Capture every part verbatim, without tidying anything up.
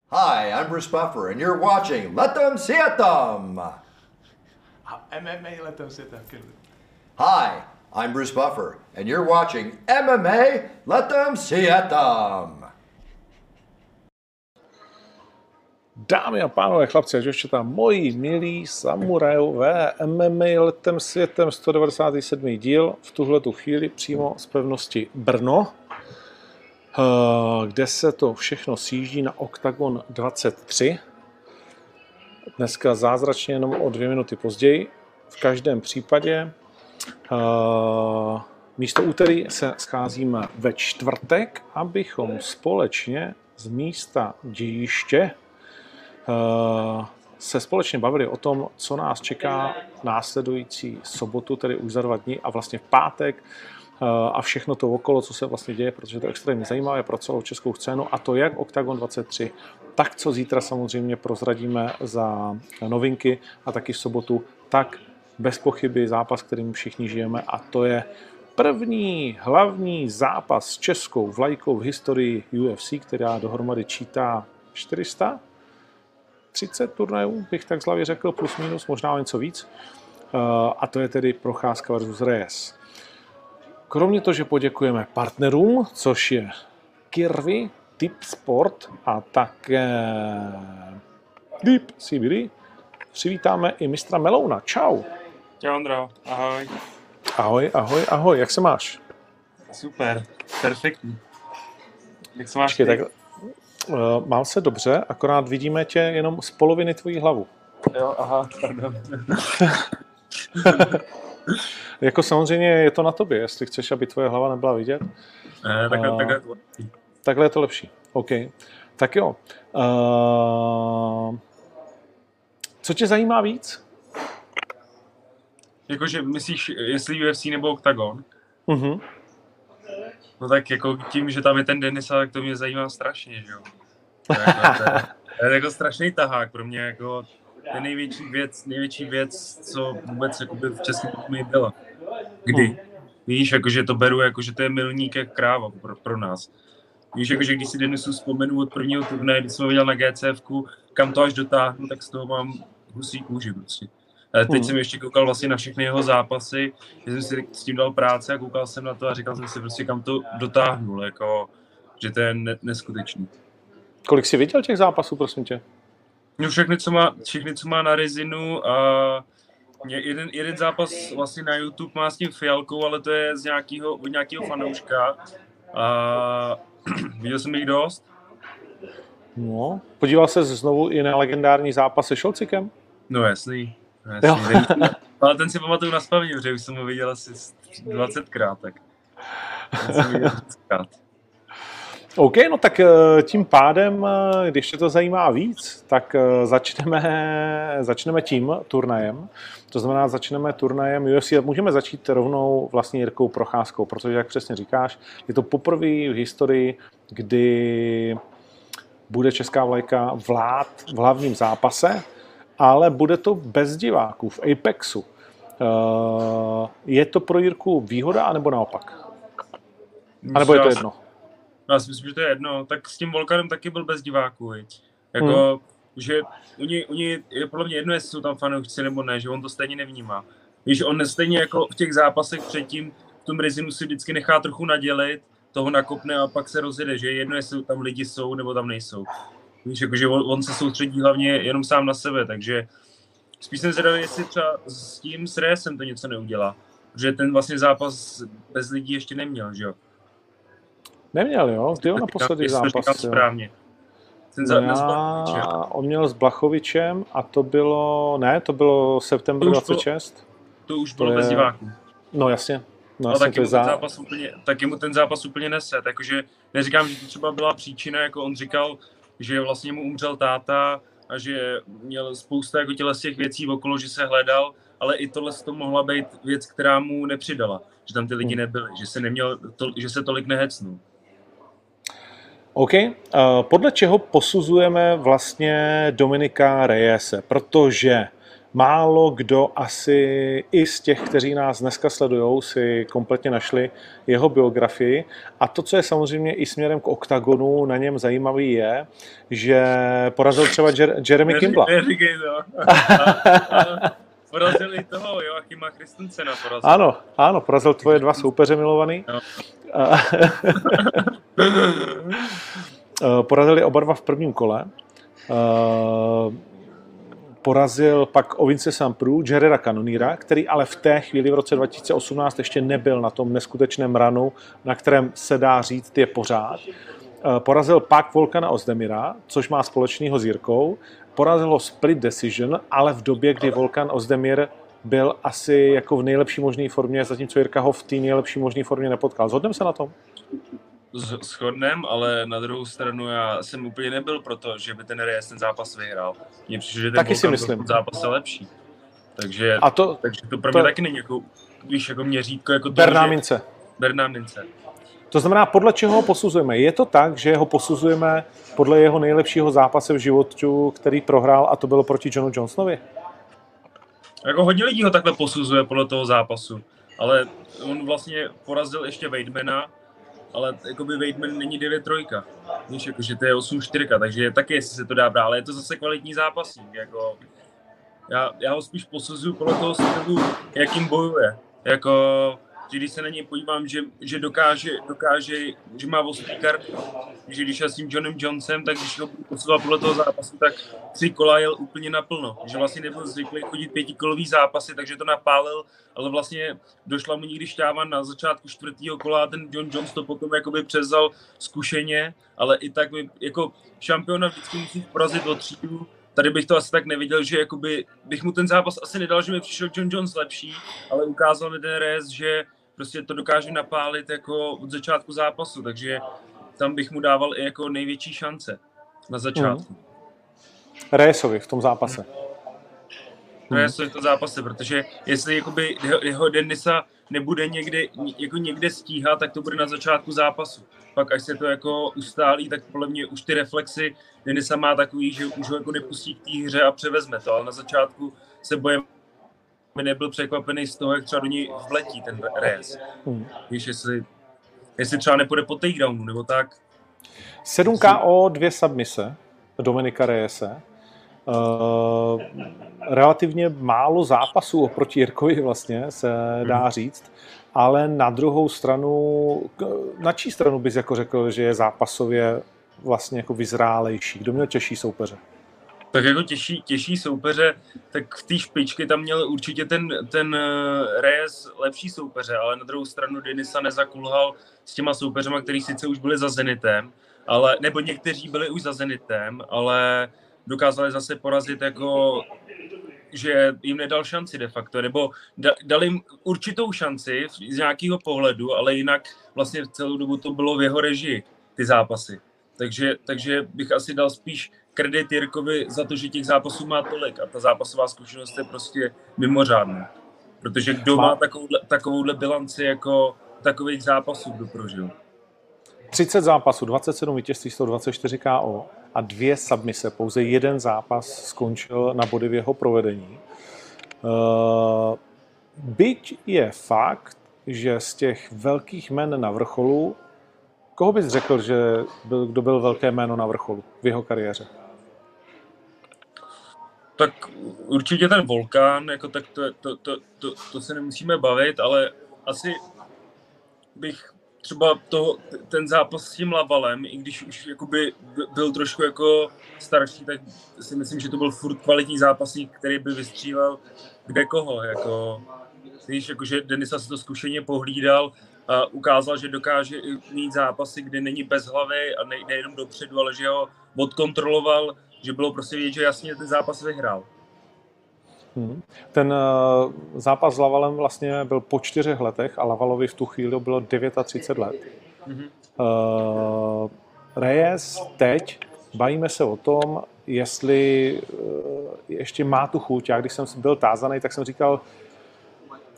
Hi, I'm Bruce Buffer, and you're watching Let Them See It Them! M M A Let Them See It Them. Hi, I'm Bruce Buffer, and you're watching M M A Let Them See It Them! Dámy a pánové, chlapci a děvčata, moji milí samurajové, M M A Letem světem sto devadesátý sedmý díl, v tuhletu chvíli přímo z pevnosti Brno, kde se to všechno sjíždí na Oktagon dvacet tři. Dneska zázračně jenom o dvě minuty později. V každém případě místo úterý se scházíme ve čtvrtek, abychom společně z místa dějiště se společně bavili o tom, co nás čeká následující sobotu, tedy už za dva dny a vlastně v pátek a všechno to okolo, co se vlastně děje, protože to je extrémně zajímavé pro celou českou scénu a to jak Oktagon dvacet tři, tak co zítra samozřejmě prozradíme za novinky a taky v sobotu, tak bez pochyby zápas, kterým všichni žijeme a to je první hlavní zápas s českou vlajkou v historii U F C, která dohromady čítá čtyři sta třicet turnajů, bych tak z hlavy řekl, plus minus, možná něco víc. A to je tedy Procházka versus Reyes. Kromě toho, že poděkujeme partnerům, což je Kirvi, Tip Sport a také Deep C B D, přivítáme i mistra Melouna. Čau. Čau Ondro, ahoj. Ahoj, ahoj, ahoj, jak se máš? Super, perfektní. Jak se máš Počkej, ty? tak, uh, mám se dobře, akorát vidíme tě jenom z poloviny tvojí hlavu. Jo, aha, pardon. Jako samozřejmě je to na tobě, jestli chceš, aby tvoje hlava nebyla vidět. Ne, takhle, Uh, takhle to lepší. Takhle je to lepší. OK. Tak jo. Uh, co tě zajímá víc? Jakože myslíš, jestli U F C nebo Oktagon? Uh-huh. No tak jako tím, že tam je ten Denisa, tak to mě zajímá strašně, že jo. To je, jako, to je, to je jako strašný tahák pro mě, jako to je největší věc, největší věc, co vůbec jakoby v českém mi byla. Kdy? Hmm. Víš, jakože to beru, jakože to je milník jak kráva pro, pro nás. Víš, jakože když si Denisu vzpomenu od prvního turnaje, když jsem ho viděl na GCFku, kam to až dotáhnu, tak z toho mám husí kůži prostě. Ale teď Hmm. jsem ještě koukal vlastně na všechny jeho zápasy, že jsem si s tím dal práce a koukal jsem na to a říkal jsem si prostě, kam to dotáhnul, jako, že to je ne- neskutečný. Kolik jsi viděl těch zápasů, prosím tě? No všechny, co má, všechny, co má na Rizinu a mě jeden, jeden zápas vlastně na YouTube má s tím Fialkou, ale to je z nějakého, od nějakého fanouška a viděl jsem jich dost. No. Podíval se znovu i na legendární zápas se Šolcikem? No jasný, no, jasný. Ten, ale ten si pamatuju na spaměť, protože už jsem ho viděl asi dvacetkrát, tak ten jsem viděl dvacetkrát. OK, no tak tím pádem, když tě to zajímá víc, tak začneme, začneme tím turnajem. To znamená, začneme turnajem U F C. Můžeme začít rovnou vlastně Jirkou Procházkou, protože, jak přesně říkáš, je to poprvé v historii, kdy bude česká vlajka vlád v hlavním zápase, ale bude to bez diváků v Apexu. Je to pro Jirku výhoda, anebo naopak? A nebo je to jedno? No, já si myslím, že to je jedno. Tak s tím Volkanem taky byl bez diváků, viď? Jako, hmm. že u ní, u ní je podle mě jedno, jestli jsou tam fanoušci nebo ne, že on to stejně nevnímá. Víš, on stejně jako v těch zápasech předtím v tom Rizinu si vždycky nechá trochu nadělit, toho nakopne a pak se rozjede, že je jedno, jestli tam lidi jsou nebo tam nejsou. Víš, jako, že on, on se soustředí hlavně jenom sám na sebe, takže spíš jsem zvědavý, jestli třeba s tím s Reyesem to něco neudělá. Protože ten vlastně zápas bez lidí ještě neměl, že jo? Neměl, jo? Ty ho naposledy zápas. Správně. Ten no já, on měl s Blachovičem a to bylo, ne, to bylo september dvacet šest. To už bylo to bez je... diváků. No jasně. No, no taky, mu zá... zápas úplně, taky mu ten zápas úplně nese. Takže neříkám, že to třeba byla příčina, jako on říkal, že vlastně mu umřel táta a že měl spousta jako těle z těch věcí okolo, že se hledal, ale i tohle to mohla být věc, která mu nepřidala. Že tam ty lidi nebyli, že se, neměl to, že se tolik nehecnul. OK. Podle čeho posuzujeme vlastně Dominika Reyese? Protože málo kdo asi i z těch, kteří nás dneska sledují, si kompletně našli jeho biografii. A to, co je samozřejmě i směrem k oktagonu, na něm zajímavý je, že porazil třeba Jer- Jeremy Kimbla. Neříkej to. Porazil i toho Joachima Christensena. Porazil. Ano, ano, porazil tvoje dva soupeře milovaný. No. Porazili oba dva v prvním kole. Porazil pak Ovince Sampru, Gerrera Cannoniera, který ale v té chvíli v roce dva tisíce osmnáct ještě nebyl na tom neskutečném runu, na kterém se dá říct je pořád. Porazil pak Volkana Ozdemira, což má společného s Jirkou. Porazil ho split decision, ale v době, kdy Volkan Ozdemir byl asi jako v nejlepší možné formě, zatímco Jirka ho v té nejlepší možné formě nepotkal. Shodneme se na tom? Shodnem, ale na druhou stranu já jsem úplně nebyl proto, že by ten Reyes ten zápas vyhrál. Mně přišlo, že ten taky si Volkan myslím. byl v zápase lepší. Takže, A to, takže to pro to, mě taky není jako, víš, jako měřítko. Jako Bernard Mince. Bernard Mince. To znamená, podle čeho ho posuzujeme? Je to tak, že ho posuzujeme podle jeho nejlepšího zápase v životu, který prohrál, a to bylo proti Johnu Johnsonovi? Jako hodně lidí ho takhle posuzuje podle toho zápasu, ale on vlastně porazil ještě Weidmana, ale jakoby Weidman není devět tři, víš, jakože to je osm čtyři, takže taky jestli se to dá brát, ale je to zase kvalitní zápasník, jako já, já ho spíš posuzuju podle toho stylu, jakým bojuje, jako že když se na něj podívám, že, že dokáže, dokáže, že má ostrý karty, že když já s tím Johnem Johnsonem, tak když ho budu posouvat podle toho zápasu, tak tři kola jel úplně naplno. Že vlastně nebyl zvyklý chodit pětikolový zápasy, takže to napálil, ale vlastně došla mu někdy šťáva na začátku čtvrtého kola a ten John Jones to potom jakoby převzal zkušeně, ale i tak jako šampiona vždycky musí porazit o třídu. Tady bych to asi tak neviděl, že jakoby bych mu ten zápas asi nedal, že mi přišel John Jones lepší, ale ukázal mi ten Reyes, že prostě to dokáže napálit jako od začátku zápasu, takže tam bych mu dával i jako největší šance na začátku. Mm. Reyesovi v tom zápase. Mm. Reyesovi v tom zápase, protože jestli jakoby jeho, jeho Denisa nebude někde, jako někde stíhat, tak to bude na začátku zápasu. Pak až se to jako ustálí, tak podle mě už ty reflexy Denisa má takový, že už ho jako nepustí k té hře a převezme to, ale na začátku se bojem mi nebyl překvapený z toho, jak třeba do něj vletí ten Reyes. Hmm. Víš, jestli, jestli třeba nepůjde po takedownu, nebo tak. sedm ká ó, dvě submise Dominika Reyese. Uh, relativně málo zápasů oproti Jirkovi vlastně, se dá hmm. říct. Ale na druhou stranu, na čí stranu bys jako řekl, že je zápasově vlastně jako vyzrálejší? Kdo měl těžší soupeře? Tak jako těžší, těžší soupeře, tak v té špičky tam měl určitě ten, ten Reyes lepší soupeře, ale na druhou stranu Denisa nezakulhal s těma soupeřema, který sice už byli za Zenitem, ale, nebo někteří byli už za Zenitem, ale dokázali zase porazit jako, že jim nedal šanci de facto, nebo da, dal jim určitou šanci z nějakého pohledu, ale jinak vlastně celou dobu to bylo v jeho režii, ty zápasy. Takže, takže bych asi dal spíš kredit Jirkovi za to, že těch zápasů má tolik a ta zápasová zkušenost je prostě mimořádná. Protože kdo má takovouhle, takovouhle bilanci jako takových zápasů, kdo prožil. třicet zápasů, dvacet sedm vítězství, sto dvacet čtyři ká ó a dvě submise. Pouze jeden zápas skončil na body v jeho provedení. Uh, byť je fakt, že z těch velkých jmen na vrcholu, koho bys řekl, že byl, kdo byl velké jméno na vrcholu v jeho kariéře? Tak určitě ten Volkan, jako tak to, to, to, to, to se nemusíme bavit, ale asi bych třeba toho, ten zápas s tím Lavalem, i když už jakoby byl trošku jako starší, tak si myslím, že to byl furt kvalitní zápasník, který by vystřílel kde koho. Jako, víš, jakože Denisa si to zkušeně pohlídal a ukázal, že dokáže mít zápasy, kde není bez hlavy a nejde jenom dopředu, ale že ho odkontroloval, že bylo prostě vidět, že jasně ten zápas vyhrál. Hmm. Ten uh, zápas s Lavalem vlastně byl po čtyřech letech a Lavalovi v tu chvíli bylo třicet devět let. Mm-hmm. Uh, Reyes teď, bavíme se o tom, jestli uh, ještě má tu chuť. Já když jsem byl tázaný, tak jsem říkal,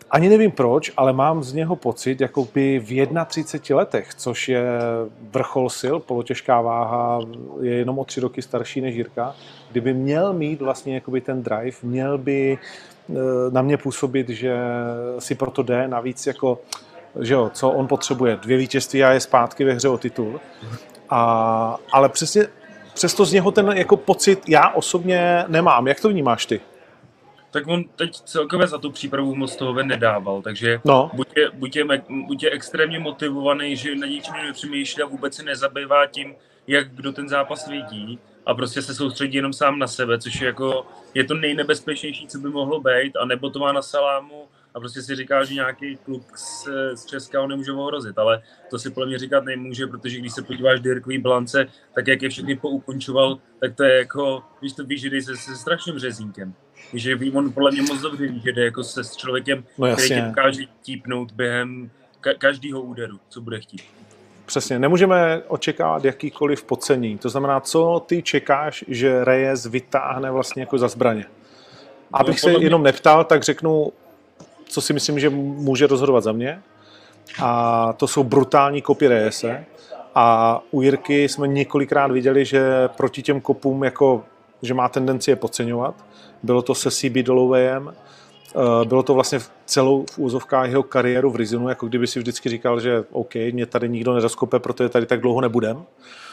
ani nevím proč, ale mám z něho pocit, jako by v třiceti jedné letech, což je vrchol sil, polotěžká váha, je jenom o tři roky starší než Jirka, kdyby měl mít vlastně jakoby ten drive, měl by na mě působit, že si proto jde, navíc jako, že jo, co on potřebuje, dvě vítězství a je zpátky ve hře o titul. A, ale přesně, přesto z něho ten jako pocit já osobně nemám. Jak to vnímáš ty? Tak on teď celkově za tu přípravu moc toho ven nedával, takže no. buď, je, buď, je, buď je extrémně motivovaný, že na ničem nepřemýšlí a vůbec se nezabývá tím, jak kdo ten zápas vidí a prostě se soustředí jenom sám na sebe, což je jako, je to nejnebezpečnější, co by mohlo být, a nebo to má na salámu a prostě si říká, že nějaký kluk z, z Česka ho nemůže ohrozit, ale to si podle mě říkat nemůže, protože když se podíváš do Jirkový bilance, tak jak je všechny poukončoval, tak to je jako, když to víš, že jde se, se strašným řezínkem. Že on podle mě moc dobře ví, že jde jako se s člověkem, no který tě dokáže típnout během ka- každého úderu, co bude chtít. Přesně, nemůžeme očekávat jakýkoliv podcenění. To znamená, co ty čekáš, že Reyes vytáhne vlastně jako za zbraně. Abych no, se mě... jenom neptal, tak řeknu, co si myslím, že může rozhodovat za mě. A to jsou brutální kopy Reyese. A u Jirky jsme několikrát viděli, že proti těm kopům jako, že má tendenci je podceňovat. Bylo to se C B Dollowayem, bylo to vlastně v celou v úzovkách jeho kariéru v Rizinu, jako kdyby si vždycky říkal, že OK, mě tady nikdo nerozkope, protože tady tak dlouho nebudem.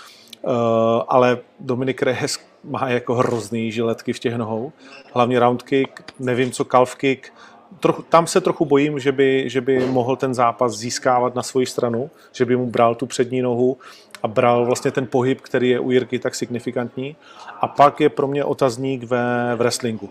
Ale Dominik Reyes má jako hrozný žiletky v těch nohou. Hlavně round kick, nevím co calf kick. Trochu, tam se trochu bojím, že by, že by mohl ten zápas získávat na svoji stranu, že by mu bral tu přední nohu a bral vlastně ten pohyb, který je u Jirky tak signifikantní. A pak je pro mě otazník ve v wrestlingu.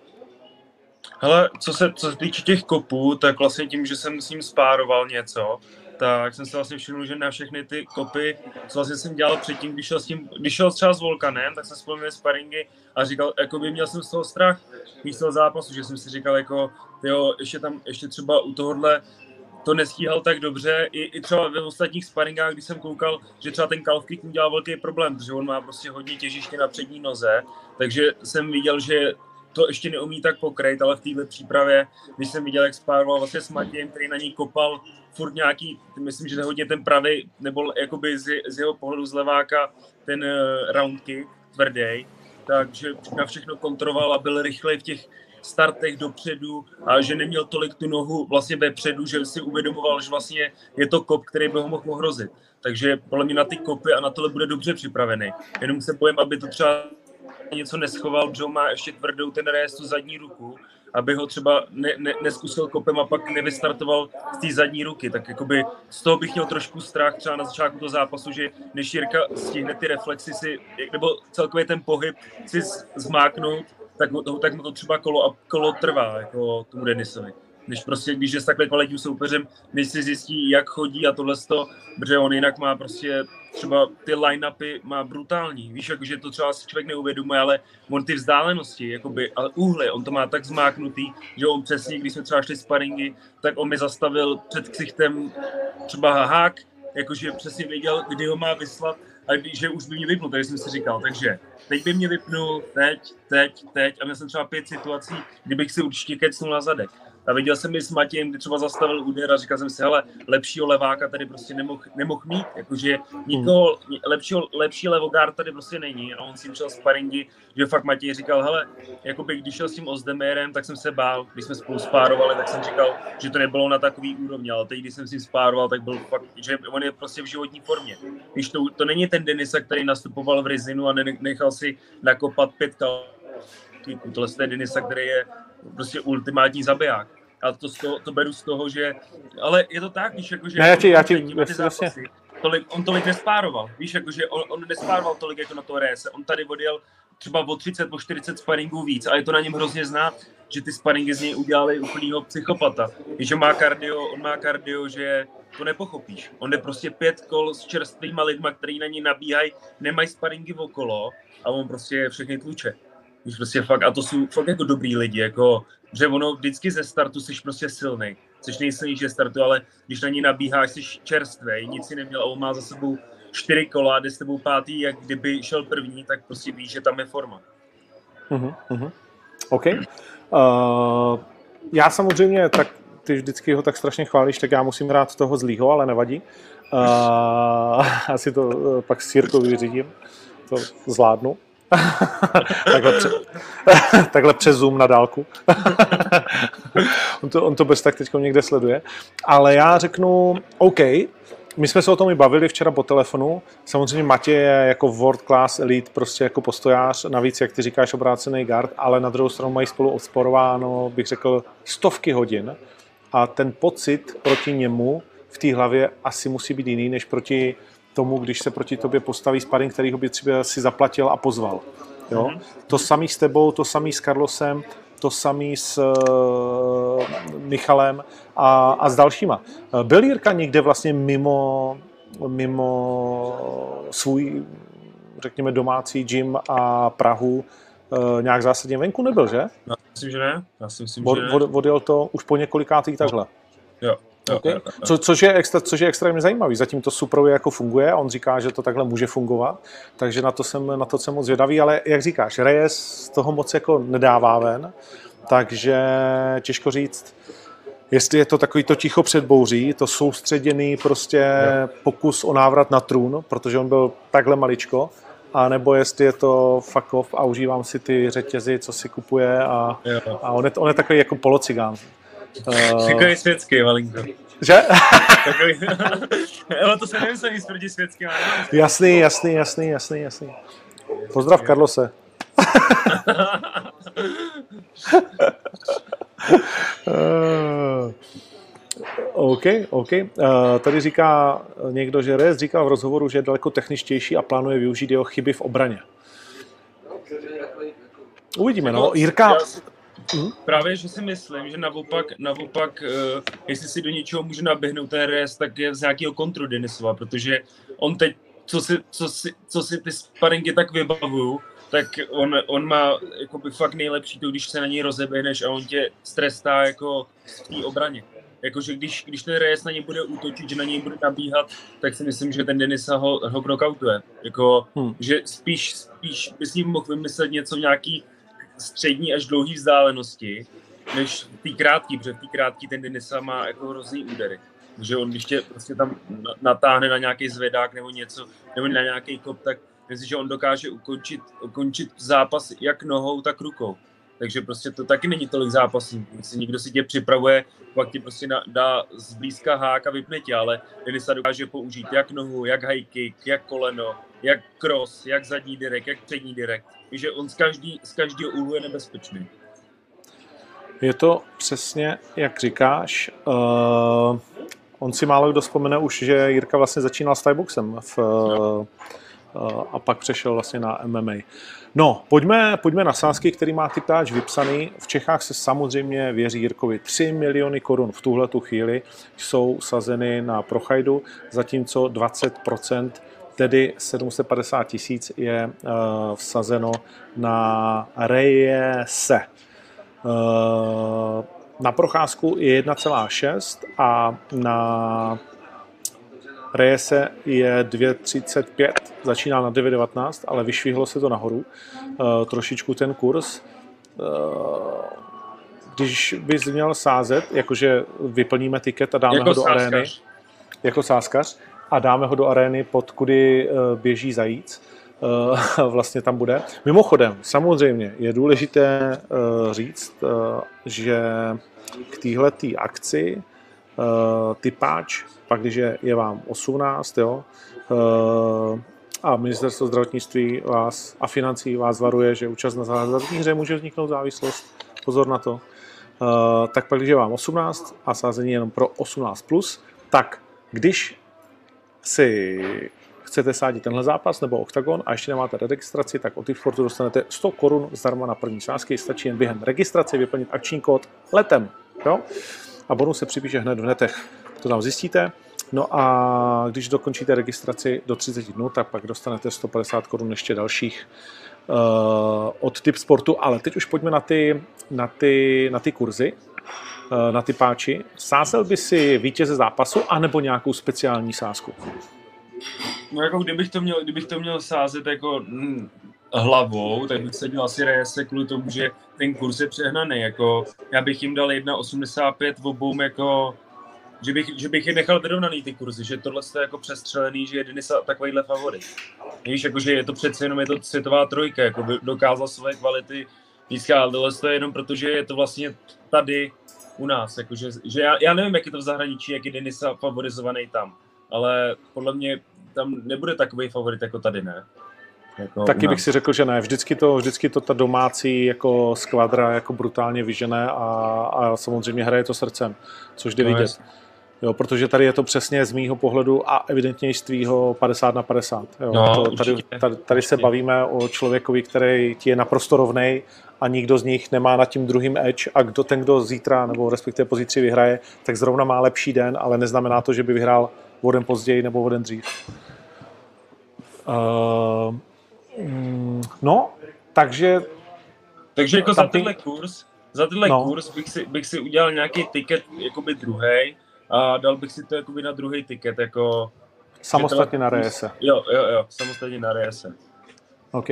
Hele, co se, co se týče těch kopů, tak vlastně tím, že jsem s ním spároval něco, tak jsem se vlastně všiml, že na všechny ty kopy, co vlastně jsem dělal předtím, když šel, s tím, když šel třeba s Volkanem, tak jsem spomněl sparingy a říkal, jako by měl jsem z toho strach, z toho zápasu, že jsem si říkal, jako, jo, ještě tam, ještě třeba u tohohle to nestíhal tak dobře, i, i třeba ve ostatních sparingách, když jsem koukal, že třeba ten calf kick mu dělal velký problém, protože on má prostě hodně těžiště na přední noze, takže jsem viděl, že to ještě neumí tak pokrejt, ale v této přípravě, když jsem viděl, jak spároval vlastně s Matějem, který na ní kopal furt nějaký, myslím, že hodně ten pravý, nebo jakoby z, z jeho pohledu z leváka ten uh, round kick, tvrdý, takže na všechno kontroloval a byl rychlej v těch startech dopředu a že neměl tolik tu nohu vlastně vepředu, že si uvědomoval, že vlastně je to kop, který by ho mohl ohrozit. Takže podle mě na ty kopy a na tohle bude dobře připravený. Jenom se bojím, aby to třeba něco neschoval, protože má ještě tvrdou ten Reyes tu zadní ruku, aby ho třeba ne, ne, neskusil kopem a pak nevystartoval z té zadní ruky. Tak jakoby z toho bych měl trošku strach třeba na začátku toho zápasu, že než Jirka stihne ty reflexy si, nebo celkově ten pohyb si zmáknout, tak, tak mu to třeba kolo a kolo trvá, jako tomu Denisovi. Než prostě, když je s takhle kvalitním soupeřem, než si zjistí, jak chodí a tohle to, protože on jinak má prostě třeba ty line-upy má brutální. Víš, jakože to třeba si člověk neuvědomuje, ale on ty vzdálenosti, jakoby, ale úhly, on to má tak zmáknutý, že on přesně, když jsme třeba šli sparingy, tak on mi zastavil před ksichtem třeba hák, jakože přesně věděl, kdy ho má vyslat, a že už by mě vypnul, takže jsem si říkal, takže teď by mě vypnul, teď, teď, teď a měl jsem třeba pět situací, kdybych si určitě kecnul na zadek. A viděl jsem i s Matějem, kdy třeba zastavil úder a říkal jsem si, hele, lepšího leváka tady prostě nemohl nemoh mít, jakože nikoho, lepšího, lepší levogár tady prostě není. A on si šel sparingy, že fakt Matěj říkal, hele, jakoby když šel s tím Ozdemérem, tak jsem se bál, když jsme spolu spárovali, tak jsem říkal, že to nebylo na takový úrovni, ale teď, když jsem s ním spároval, tak byl fakt, že on je prostě v životní formě. Když to, to není ten Denisa, který nastupoval v Rizinu a nechal si nakopat pět kalků, tohle je Denisa, který je prostě ultimátní zabiják. A to, to, to beru z toho, že... Ale je to tak, víš, jakože... Ne, já ti, já ti, ty zápasy, tolik, on tolik nespároval, víš, jakože on, on nespároval tolik jako na toho Reyese. On tady odjel třeba o třicet, o čtyřicet sparingů víc a je to na něm hrozně znát, že ty sparingy z něj udělali úplnýho psychopata. Víš, on má kardio, on má kardio, že to nepochopíš. On jde prostě pět kol s čerstvýma lidma, který na ní nabíhají, nemají sparingy okolo a on prostě všechny tluče. Víš, prostě fakt, a to jsou fakt jako dobrý lidi, jako, že ono vždycky ze startu jsi prostě silnej, jsi nejsilnější ze startu, ale když na ní nabíháš, jsi čerstvej, nic si neměl a on má za sebou čtyři kola, jde s tebou pátý, jak kdyby šel první, tak prostě víš, že tam je forma. Uh-huh, uh-huh. OK. Uh, já samozřejmě tak ty vždycky ho tak strašně chválíš, tak já musím hrát toho zlýho, ale nevadí. Uh, asi to uh, pak s Jirkou vyřídím. To zvládnu. takhle, pře- takhle přes Zoom na dálku. on, to, on to bez tak teď někde sleduje. Ale já řeknu, OK, my jsme se o tom i bavili včera po telefonu. Samozřejmě Matěj je jako world class elite, prostě jako postojář, navíc, jak ty říkáš, obrácený guard, ale na druhou stranu mají spolu odsporováno, bych řekl, stovky hodin a ten pocit proti němu v té hlavě asi musí být jiný, než proti tomu, když se proti tobě postaví sparring, který ho by třeba si zaplatil a pozval. Jo? Mm-hmm. To samý s tebou, to samý s Carlosem, to samý s uh, Michalem a, a s dalšíma. Byl Jirka někde vlastně mimo, mimo svůj, řekněme, domácí gym a Prahu uh, nějak zásadně venku nebyl, že? Já myslím, že ne. Já si myslím, od, že ne. Od, odjel to už po několikátý takhle. Jo. Okay. Co, což, je extra, což je extrémně zajímavý. Zatím to suprově jako funguje a on říká, že to takhle může fungovat, takže na to jsem, na to jsem moc zvědavý, ale jak říkáš, Reyes toho moc jako nedává ven, takže těžko říct, jestli je to takový to ticho před bouří, to soustředěný prostě jo. pokus o návrat na trůn, protože on byl takhle maličko, a nebo jestli je to fuck off a užívám si ty řetězy, co si kupuje a, a on, je, on je takový jako polocigán. Uh, takový světský, malinko. Že? Takový, ale to se nemyslí nic proti světským. Jasný, jasný, jasný, jasný, jasný. Pozdrav Carlose. uh, OK, OK. Uh, tady říká někdo, že Reyes říkal v rozhovoru, že je daleko techničtější a plánuje využít jeho chyby v obraně. Uvidíme, no. Jirka... Hmm? Právě, že si myslím, že naopak, naopak uh, jestli si do něčeho může naběhnout ten Reyes, tak je z nějakého kontru Denisova, protože on teď, co si, co si, co si ty sparingy tak vybavují, tak on, on má jakoby fakt nejlepší to, když se na něj rozeběhneš a on tě strestá jako v té obraně. Jakože když, když ten Reyes na něj bude útočit, že na něj bude nabíhat, tak si myslím, že ten Denisa ho, ho knockoutuje. Jako, hmm. že spíš, spíš by s ním mohl vymyslet něco v nějaký střední až dlouhý vzdálenosti, než v té krátký, protože v té krátký ten Denisa má jako hrozný údery. Takže on když tě prostě tam natáhne na nějaký zvedák nebo něco, nebo na nějaký kop, tak myslím, že on dokáže ukončit, ukončit zápas jak nohou, tak rukou. Takže prostě to taky není tolik zápasů. Myslím, někdo si tě připravuje, pak ti prostě dá zblízka hák a vypne tě, ale Denisa dokáže použít jak nohu, jak high kick, jak koleno, jak cross, jak zadní direkt, jak přední direkt. Takže on z, každý, z každého úhlu je nebezpečný. Je to přesně, jak říkáš. Uh, on si málo kdo vzpomene už, že Jirka vlastně začínal s thaiboxem v, uh, a pak přešel vlastně na M M A. No, pojďme, pojďme na sázky, který má typáč vypsaný. V Čechách se samozřejmě věří Jirkovi. tři miliony korun v tuhletu chvíli jsou sazeny na Prochajdu, zatímco dvacet procent, tedy sedm set padesát tisíc, je uh, vsazeno na Reyese. Uh, na Procházku je jedna celá šest a na Reyese je dvě třicet pět, začíná na devět devatenáct, ale vyšvihlo se to nahoru uh, trošičku ten kurz. Uh, když bys měl sázet, jakože vyplníme tiket a dáme jako ho do sázkař. arény, jako sázkař, a dáme ho do arény, pod kudy uh, běží zajíc, uh, vlastně tam bude. Mimochodem, samozřejmě je důležité uh, říct, uh, že k téhletý akci uh, typáč, pak když je, je vám osmnáct, jo, uh, a ministerstvo zdravotnictví vás a financí vás varuje, že účast na hazardní hře může vzniknout závislost, pozor na to, uh, tak pak když je vám osmnáct a sázení jenom pro osmnáct plus, tak když si chcete sádit tenhle zápas nebo oktagon a ještě nemáte registraci, tak od Tipsportu dostanete sto korun zdarma na první sázky, stačí jen během registrace vyplnit akční kód letem, jo? A bonus se připíše hned v netech. To tam zjistíte. No a když dokončíte registraci do třicet dnů, tak pak dostanete sto padesát korun ještě dalších uh, od Tipsportu. Ale teď už pojďme na ty, na ty, na ty kurzy, uh, na ty páči. Sázel by si vítěze zápasu anebo nějakou speciální sázku? No jako kdybych to měl, kdybych to měl sázet jako hm, hlavou, tak bych sadil asi Reyese kvůli tomu, že ten kurz je přehnaný. Jako, já bych jim dal jedna osmdesát pět v obou, jako, že, bych, že bych je nechal vyrovnaný ty kurzy, že tohle je jako přestřelený, že je Denisa takovýhle favorit. Víš, jako, že je to přece jenom je to světová trojka, jako dokázal své kvality získat, ale tohle je jenom proto, že je to vlastně tady u nás. Jako, že, že já, já nevím, jak je to v zahraničí, jak je Denisa favorizovaný tam, ale podle mě tam nebude takový favorit jako tady, ne? Jako Taky bych si řekl, že ne. Vždycky to, vždycky to ta domácí jako skvadra jako brutálně vyžene a, a samozřejmě hraje to srdcem, což jde No, vidět. jasně. Jo, protože tady je to přesně z mýho pohledu a evidentně i z tvýho padesát na padesát. Jo. No, to, tady, určitě, tady, tady se určitě. bavíme o člověkovi, který ti je naprosto rovnej a nikdo z nich nemá nad tím druhým edge a kdo ten, kdo zítra nebo respektive pozítří vyhraje, tak zrovna má lepší den, ale neznamená to, že by vyhrál o den později nebo o den dřív. Uh, mm, no, takže Takže jako Tam za ty- tenhle kurz, za tenhle No. kurz bych si, bych si udělal nějaký tiket jakoby druhej a dal bych si to jakoby na druhý tiket, jako... samostatně na že tenhle kurz- Reyese. Jo, jo, jo, samostatně na Reyese. OK.